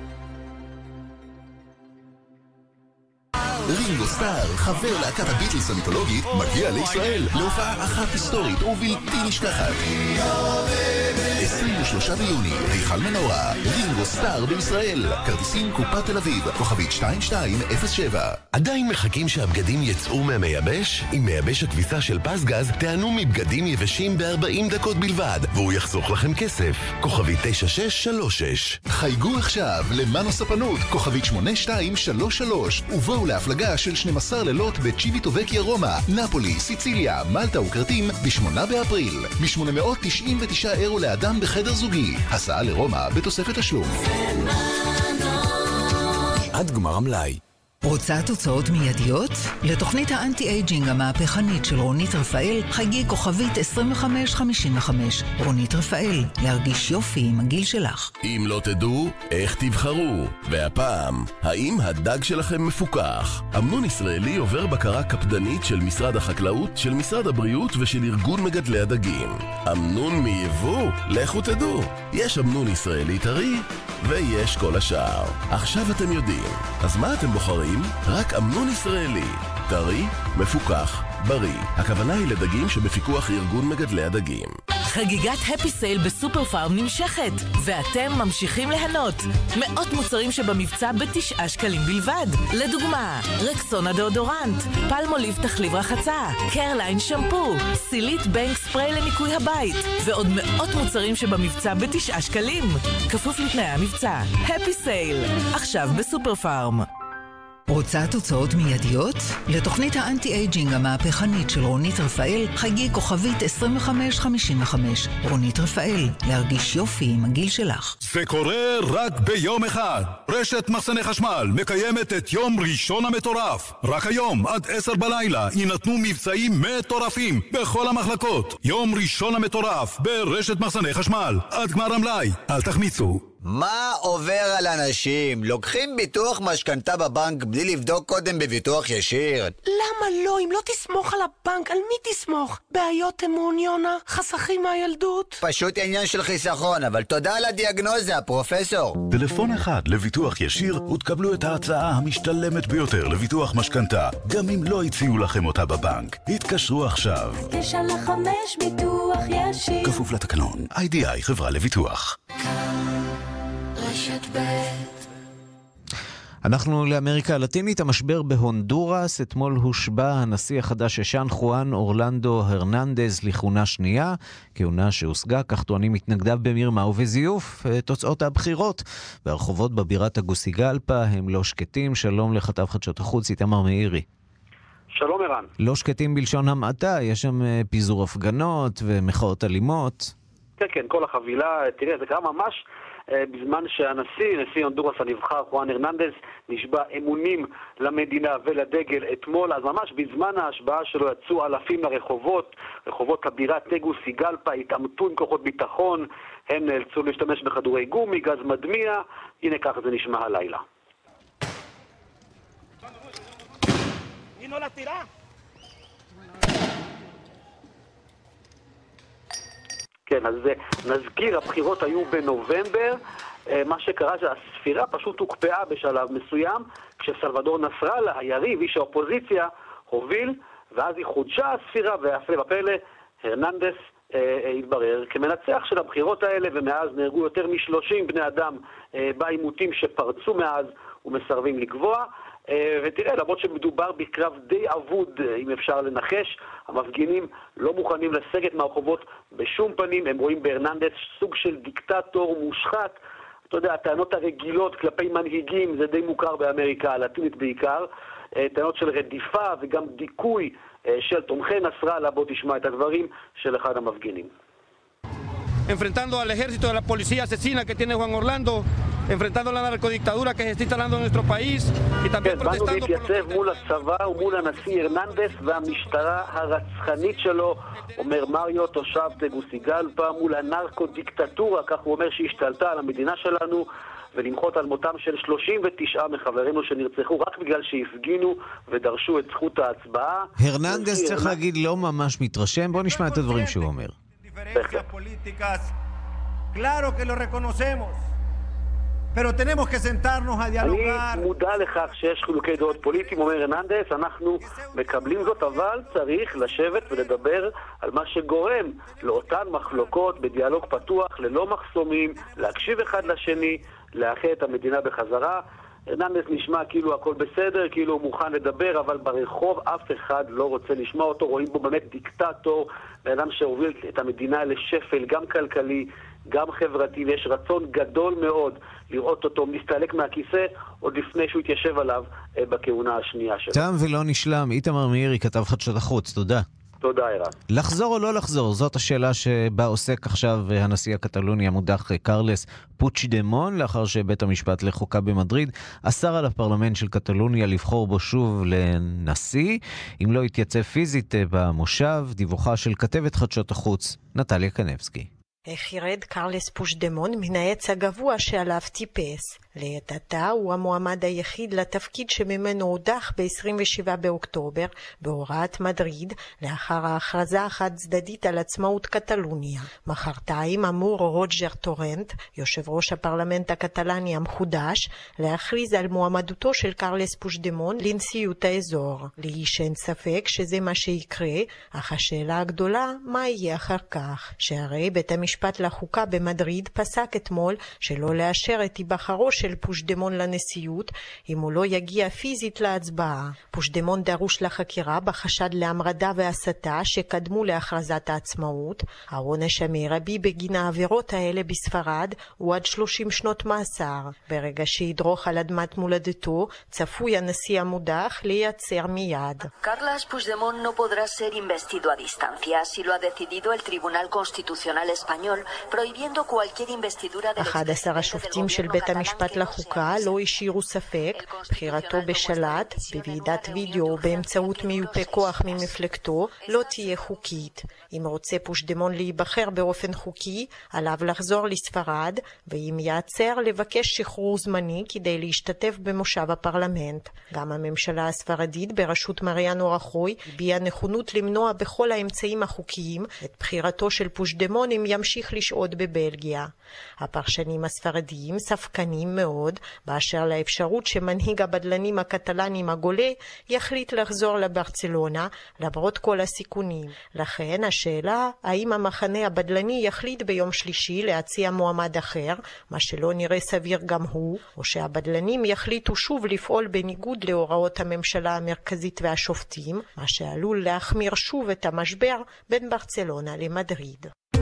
רינגו סטאר, חבר להקת הביטלס המיתולוגית, מגיע לישראל להופעה אחת היסטורית ובלתי נשכחת. 23 ביוני, היכל מנורה, רינגו סטאר בישראל. כרטיסים קופת תל אביב, כוכבית 2207. עדיין מחכים שהבגדים יצאו מהמייבש? עם מייבש הכביסה של פסגז תענו מבגדים יבשים ב-40 דקות בלבד, והוא יחסוך לכם כסף. כוכבית 9636. חייגו עכשיו למנו ספנות, כוכבית 8233, ובואו להפלגה של 12 לילות בצ'יביטובקיה רומא, נפולי, סיציליה, מלטה וקרטים ב-8 באפריל. מ-899 אירו לאדם בחדר זוגי. הסעה לרומא בתוספת תשלום. עד גמר המלאי. רוצה תוצאות מיידיות? לתוכנית האנטי-אייג'ינג המהפכנית של רונית רפאל, חגי כוכבית 2555. רונית רפאל, להרגיש יופי עם הגיל שלך. אם לא תדעו, איך תבחרו? והפעם, האם הדג שלכם מפוקח? אמנון ישראלי עובר בקרה קפדנית של משרד החקלאות, של משרד הבריאות ושל ארגון מגדלי הדגים. אמנון מייבוא? לכו תדעו. יש אמנון ישראלי טרי, ויש כל השאר. עכשיו אתם יודעים. אז מה אתם בוחרים? רק אמנון ישראלי. טרי, מפוקח, בריא. הכוונה היא לדגים שבפיקוח ארגון מגדלי הדגים. חגיגת הפי סייל בסופר פארם נמשכת, ואתם ממשיכים ליהנות. מאות מוצרים שבמבצע ב9 שקלים בלבד. לדוגמה, רקסונה דאודורנט, פלמוליב תחליב רחצה, קרליין שמפו, סילית בנק ספרי לניקוי הבית, ועוד מאות מוצרים שבמבצע ב9 שקלים. כפוף לתנאי המבצע. הפי סייל, עכשיו בסופר פארם. רוצה תוצאות מיידיות? לתוכנית האנטי-אייג'ינג המהפכנית של רונית רפאל, חגי כוכבית 2555. רונית רפאל, להרגיש יופי עם הגיל שלך. זה קורה רק ביום אחד. רשת מחסני חשמל מקיימת את יום ראשון המטורף. רק היום עד 10 בלילה יינתנו מבצעים מטורפים בכל המחלקות. יום ראשון המטורף ברשת מחסני חשמל. עד גמר המלאי. אל תחמיצו. מה עובר על אנשים? לוקחים ביטוח משכנתה בבנק בלי לבדוק קודם בביטוח ישיר? למה לא? אם לא תסמוך על הבנק, על מי תסמוך? בעיות אמון, יונה? חסכים מהילדות? פשוט עניין של חיסכון, אבל תודה על הדיאגנוזה, פרופסור. טלפון אחד לביטוח ישיר ותקבלו את ההצעה המשתלמת ביותר לביטוח משכנתה, גם אם לא הציעו לכם אותה בבנק. התקשרו עכשיו. 9 ל-5 ביטוח ישיר. כפוף לתקנון. IDI חברה לביטוח. אנחנו לאמריקה הלטינית. המשבר בהונדורס. אתמול הושבע הנשיא החדש ששן חואן אורלנדו הרננדז לכהונה שנייה, כהונה שהושגה, כך טוענים מתנגדיו במרמה ובזיוף, תוצאות הבחירות. והרחובות בבירת הגוסיגלפה הם לא שקטים. שלום לכתב חדשות החוץ איתמר מאירי. שלום ערן. לא שקטים בלשון המעטה, יש שם פיזור הפגנות ומחאות אלימות. כן, כל החבילה. תראה, זה קרה ממש בזמן נשיא הונדורס הנבחר חואן הרננדז נשבע אמונים למדינה ולדגל אתמול. אז ממש בזמן ההשבעה שלו יצאו אלפים לרחובות, רחובות הבירה טגוסיגלפה, התעמתו עם כוחות ביטחון, הם נאלצו להשתמש בכדורי גומי, גז מדמיע. הנה ככה זה נשמע הלילה. כן, אז נזכיר, הבחירות היו בנובמבר. מה שקרה שהספירה פשוט הוקפאה בשלב מסוים, כשסלבדור נסראללה, היריב, איש האופוזיציה, הוביל, ואז היא חודשה הספירה, והפלא ופלא, הרננדס התברר כמנצח של הבחירות האלה, ומאז נהרגו יותר מ-30 בני אדם בעימותים שפרצו מאז ומסרבים לקבוע. ותראה, למרות שמדובר בקרב די אבוד, אם אפשר לנחש, המפגינים לא מוכנים לסגת מהרחובות בשום פנים. הם רואים בהרננדס סוג של דיקטטור מושחת. אתה יודע, הטענות הרגילות כלפי מנהיגים, זה די מוכר באמריקה הלטינית בעיקר, טענות של רדיפה וגם דיכוי של תומכי נסראללה. בוא תשמע את הדברים של אחד המפגינים. enfrentando al ejército de la policía asesina que tiene Juan Orlando, enfrentando la narcodictadura que se está instalando en nuestro país y también protestando por להתייצב מול הצבא ומול הנשיא הרננדס והמשטרה הרצחנית שלו, אומר מריו, תושב טגוסיגלפה, מול הנרקודיקטטורה, כך הוא אומר, שהשתלטה על המדינה שלנו, ולמחות על מותם של 39 מחברינו שנרצחו רק בגלל שהפגינו ודרשו את זכות ההצבעה. הרננדס, צריך להגיד, לא ממש מתרשם. בוא נשמע את הדברים שהוא אומר. Claro que lo reconocemos, pero tenemos que sentarnos a dialogar. אני מודע לכך שיש חילוקי דעות פוליטיים, אומר הרננדס, אנחנו מקבלים זאת, אבל צריך לשבת ולדבר על מה שגורם לאותן מחלוקות בדיאלוג פתוח, ללא מחסומים, להקשיב אחד לשני, לאחד את המדינה בחזרה. הרננדס נשמע כאילו הכל בסדר, כאילו הוא מוכן לדבר, אבל ברחוב אף אחד לא רוצה לשמוע אותו. רואים בו באמת דיקטטור, באדם שהוביל את המדינה לשפל, גם כלכלי, גם חברתי, ויש רצון גדול מאוד לראות אותו מסתלק מהכיסא עוד לפני שהוא יתיישב עליו בכהונה השנייה שלו. תם ולא נשלם. איתמר מאירי, כתב חדשות החוץ. תודה. תודה, ערן. לחזור או לא לחזור? זאת השאלה שבה עוסק עכשיו הנשיא הקטלוני המודח קרלס פוצ'דמון, לאחר שבית המשפט לחוקה במדריד אסר על הפרלמנט של קטלוניה לבחור בו שוב לנשיא, אם לא יתייצב פיזית במושב. דיווחה של כתבת חדשות החוץ נטליה קנבסקי. חירד קרלס פוצ'דמון מן העץ הגבוה שעליו טיפס. לעת עתה הוא המועמד היחיד לתפקיד שממנו הודח ב-27 באוקטובר בהוראת מדריד לאחר ההכרזה החד צדדית על עצמאות קטלוניה. מחרתיים אמור רוג'ר טורנט, יושב ראש הפרלמנט הקטלני המחודש, להכריז על מועמדותו של קרלס פוצ'דמון לנשיאות האזור. לאיש אין ספק שזה מה שיקרה, אך השאלה הגדולה, מה יהיה אחר כך? שהרי בית המשפט לחוקה במדריד פסק אתמול שלא לאשר את היבחרו של פוצ'דמון לנשיאות אם הוא לא יגיע פיזית להצבעה. פוצ'דמון דרוש לחקירה בחשד להמרדה והסתה שקדמו להכרזת העצמאות. העונש המרבי בגין העבירות האלה בספרד הוא עד 30 שנות מאסר. ברגע שידרוך על אדמת מולדתו, צפוי הנשיא המודח לייצר מיד. Carles Puigdemont no podrá ser investido a distancia, si lo ha decidido el Tribunal Constitucional Español, prohibiendo cualquier investidura del 11 השופטים של בית המשפט לחוקה לא השאירו ספק, בחירתו בשלט, בוועידת וידאו באמצעות מיופה כוח ממפלגתו, לא תהיה חוקית. אם רוצה פוצ'דמון להיבחר באופן חוקי, עליו לחזור לספרד, ואם יעצר לבקש שחרור זמני כדי להשתתף במושב הפרלמנט. גם הממשלה הספרדית בראשות מריאנו רחוי הביעה נכונות למנוע בכל האמצעים החוקיים את בחירתו של פוצ'דמון אם ימשיך ימשיך לשהות בבלגיה. הפרשנים הספרדיים ספקנים מאוד באשר לאפשרות שמנהיג הבדלנים הקטלנים הגולה יחליט לחזור לברצלונה למרות כל הסיכונים. לכן השאלה האם המחנה הבדלני יחליט ביום שלישי להציע מועמד אחר, מה שלא נראה סביר גם הוא, או שהבדלנים יחליטו שוב לפעול בניגוד להוראות הממשלה המרכזית והשופטים, מה שעלול להחמיר שוב את המשבר בין ברצלונה למדריד.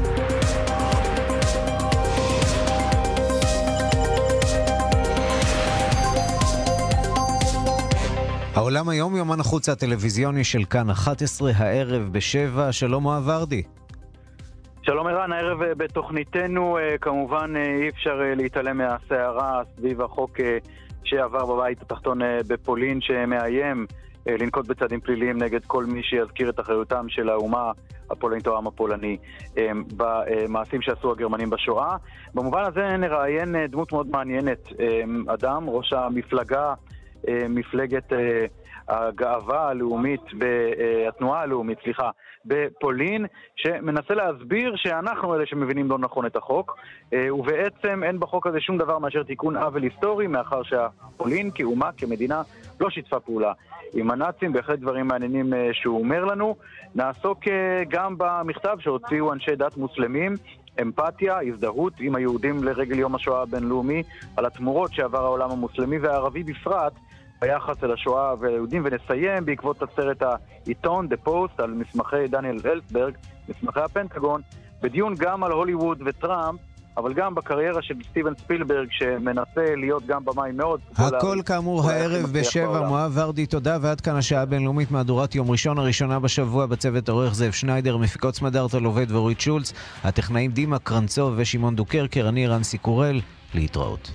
העולם היום, יומן החוץ הטלוויזיוני של כאן 11 הערב ב7. שלום מואב ורדי. שלום ערן, הערב בתוכניתנו כמובן אי אפשר להתעלם מהסערה סביב החוק שעבר בבית התחתון בפולין, שמאיים לנקוט בצעדים פליליים נגד כל מי שיזכיר את אחריותם של האומה הפולנית או העם הפולני במעשים שעשו הגרמנים בשואה. במובן הזה נראיין דמות מאוד מעניינת, אדם, ראש המפלגה, מפלגת הגאווה הלאומית, התנועה הלאומית, בפולין, שמנסה להסביר שאנחנו אלה שמבינים לא נכון את החוק, ובעצם אין בחוק הזה שום דבר מאשר תיקון עוול היסטורי, מאחר שהפולין כאומה, כמדינה, לא שיתפה פעולה עם הנאצים. בהחלט דברים מעניינים שהוא אומר לנו. נעסוק גם במכתב שהוציאו אנשי דת מוסלמים, אמפתיה, הזדהות עם היהודים לרגל יום השואה הבינלאומי, על התמורות שעבר העולם המוסלמי והערבי בפרט ביחס אל השואה והיהודים. ונסיים בעקבות הסרט העיתון The Post על מסמכי דניאל אלסברג, מסמכי הפנטגון, בדיון גם על הוליווד וטראמפ, אבל גם בקריירה של סטיבן ספילברג, שמנסה להיות גם במאי מאוד. הכל כאמור הערב ב7. מואב ורדי, תודה. ועד כאן השעה הבינלאומית, מהדורת יום ראשון הראשונה בשבוע. בצוות עורך זאב שניידר, מפיקות סמדארט אלובד ואורית שולץ, הטכנאים דימה קרנצוב ושמעון דוקרקר, אני רנסי קורל. להתראות.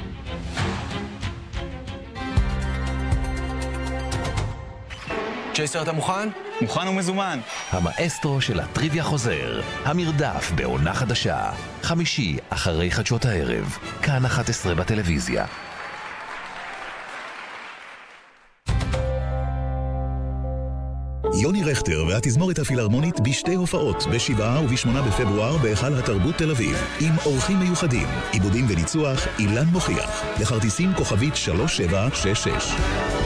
צ'ייסר, אתה מוכן? מוכן ומזומן. המאסטרו של הטריוויה חוזר. המרדף בעונה חדשה. חמישי אחרי חדשות הערב. כאן 11 בטלוויזיה. יוני רכטר והתזמורת הפילהרמונית בשתי הופעות, ב7 וב8 בפברואר בהיכל התרבות תל אביב, עם אורחים מיוחדים, עיבודים וניצוח אילן מוכיח, לכרטיסים כוכבית 3766.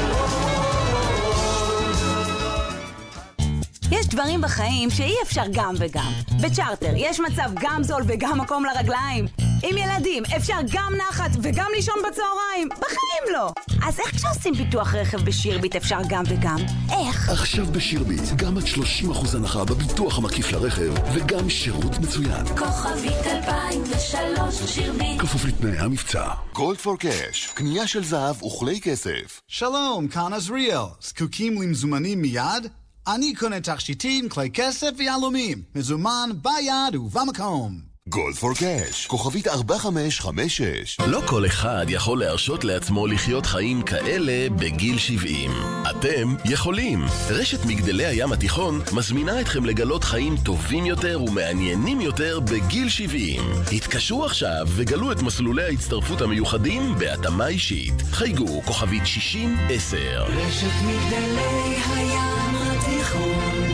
יש דברים בחיים שאי אפשר גם וגם. בצ'ארטר יש מצב גם זול וגם מקום לרגליים. עם ילדים אפשר גם נחת וגם לישון בצהריים. בחיים לא. אז איך כשעושים ביטוח רכב בשירביט אפשר גם וגם? איך? עכשיו בשירביט גם עד 30% הנחה בביטוח המקיף לרכב וגם שירות מצוין. כוכבית 2003 שירביט. כפוף לתנאי המבצע. גולד פור קאש, קנייה של זהב וכלי כסף. שלום, כאן עזריאל. זקוקים למזומנים מיד? אני קונה תכשיטים, כלי כסף ויהלומים. מזומן ביד ובמקום. גולד פור קאש, כוכבית 4556. לא כל אחד יכול להרשות לעצמו לחיות חיים כאלה בגיל 70. אתם יכולים. רשת מגדלי הים התיכון מזמינה אתכם לגלות חיים טובים יותר ומעניינים יותר בגיל 70. התקשרו עכשיו וגלו את מסלולי ההצטרפות המיוחדים בהתאמה אישית. חייגו כוכבית 6010. רשת מגדלי הים התיכון,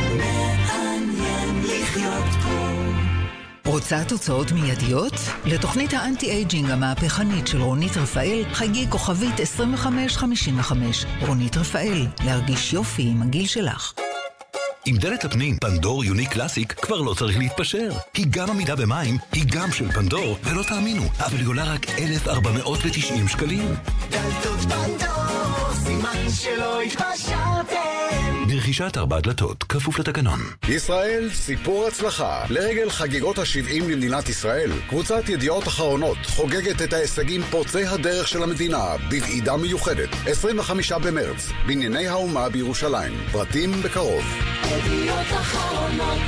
מעניין לחיות פה. רוצה תוצאות מיידיות? לתוכנית האנטי-אייג'ינג המהפכנית של רונית רפאל, חייגי כוכבית 2555. רונית רפאל, להרגיש יופי עם הגיל שלך. עם דלת הפנים פנדור יוניק קלאסיק כבר לא צריך להתפשר. היא גם עמידה במים, היא גם של פנדור, ולא תאמינו, אבל היא עולה רק 1,490 שקלים. דלתות פנדור, סימן שלא התפשרתם. ברכישת 4 דלתות, כפוף לתקנון. ישראל, סיפור הצלחה. לרגל חגיגות ה-70 למדינת ישראל, קבוצת ידיעות אחרונות חוגגת את ההישגים פורצי הדרך של המדינה בוועידה מיוחדת, 25 במרץ, בנייני האומה בירושלים. פרטים בקרוב. ידיעות אחרונות.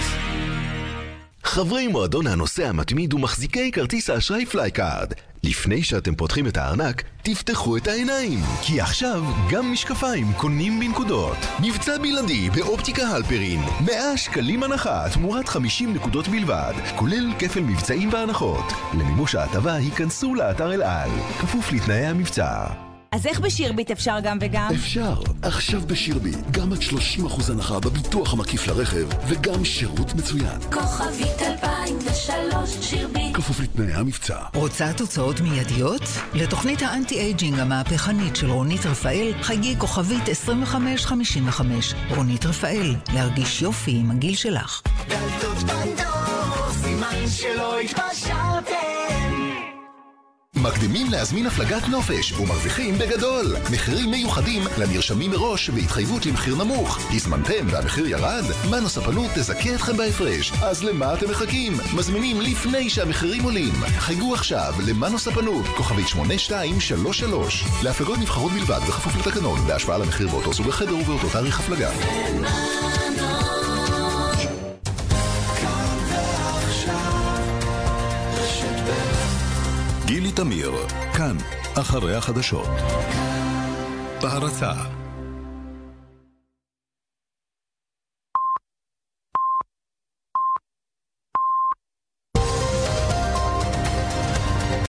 חברי מועדון הנוסע המתמיד ומחזיקי כרטיס האשראי פלייקארד. לפני שאתם פותחים את הארנק, תפתחו את העיניים, כי עכשיו גם משקפיים קונים בנקודות. מבצע בלעדי באופטיקה הלפרין, 100 שקלים הנחה תמורת 50 נקודות בלבד, כולל כפל מבצעים והנחות. למימוש ההטבה היכנסו לאתר אל על, כפוף לתנאי המבצע. אז איך בשירביט אפשר גם וגם? אפשר. עכשיו בשירביט גם עד 30% הנחה בביטוח המקיף לרכב וגם שירות מצוין. כוכבית 2003 כפוף לתנאי המבצע. רוצה תוצאות מיידיות? לתוכנית האנטי-אייג'ינג המהפכנית של רונית רפאל, חייגי כוכבית 2555. רונית רפאל, להרגיש יופי עם הגיל שלך. דלתות פנדור, סימן שלא התפשרתם. מקדימים להזמין הפלגת נופש ומרוויחים בגדול. מחירים מיוחדים לנרשמים מראש בהתחייבות למחיר נמוך. הזמנתם והמחיר ירד? מנו ספנות תזכה אתכם בהפרש. אז למה אתם מחכים? מזמינים לפני שהמחירים עולים. חייגו עכשיו למנו ספנות, כוכבית 8233. להפלגות נבחרות בלבד וכפוף לתקנון, בהשוואה למחיר באותו סוג החדר ובאותו תאריך הפלגה. גילי תמיר, כאן, אחרי החדשות. בהרצה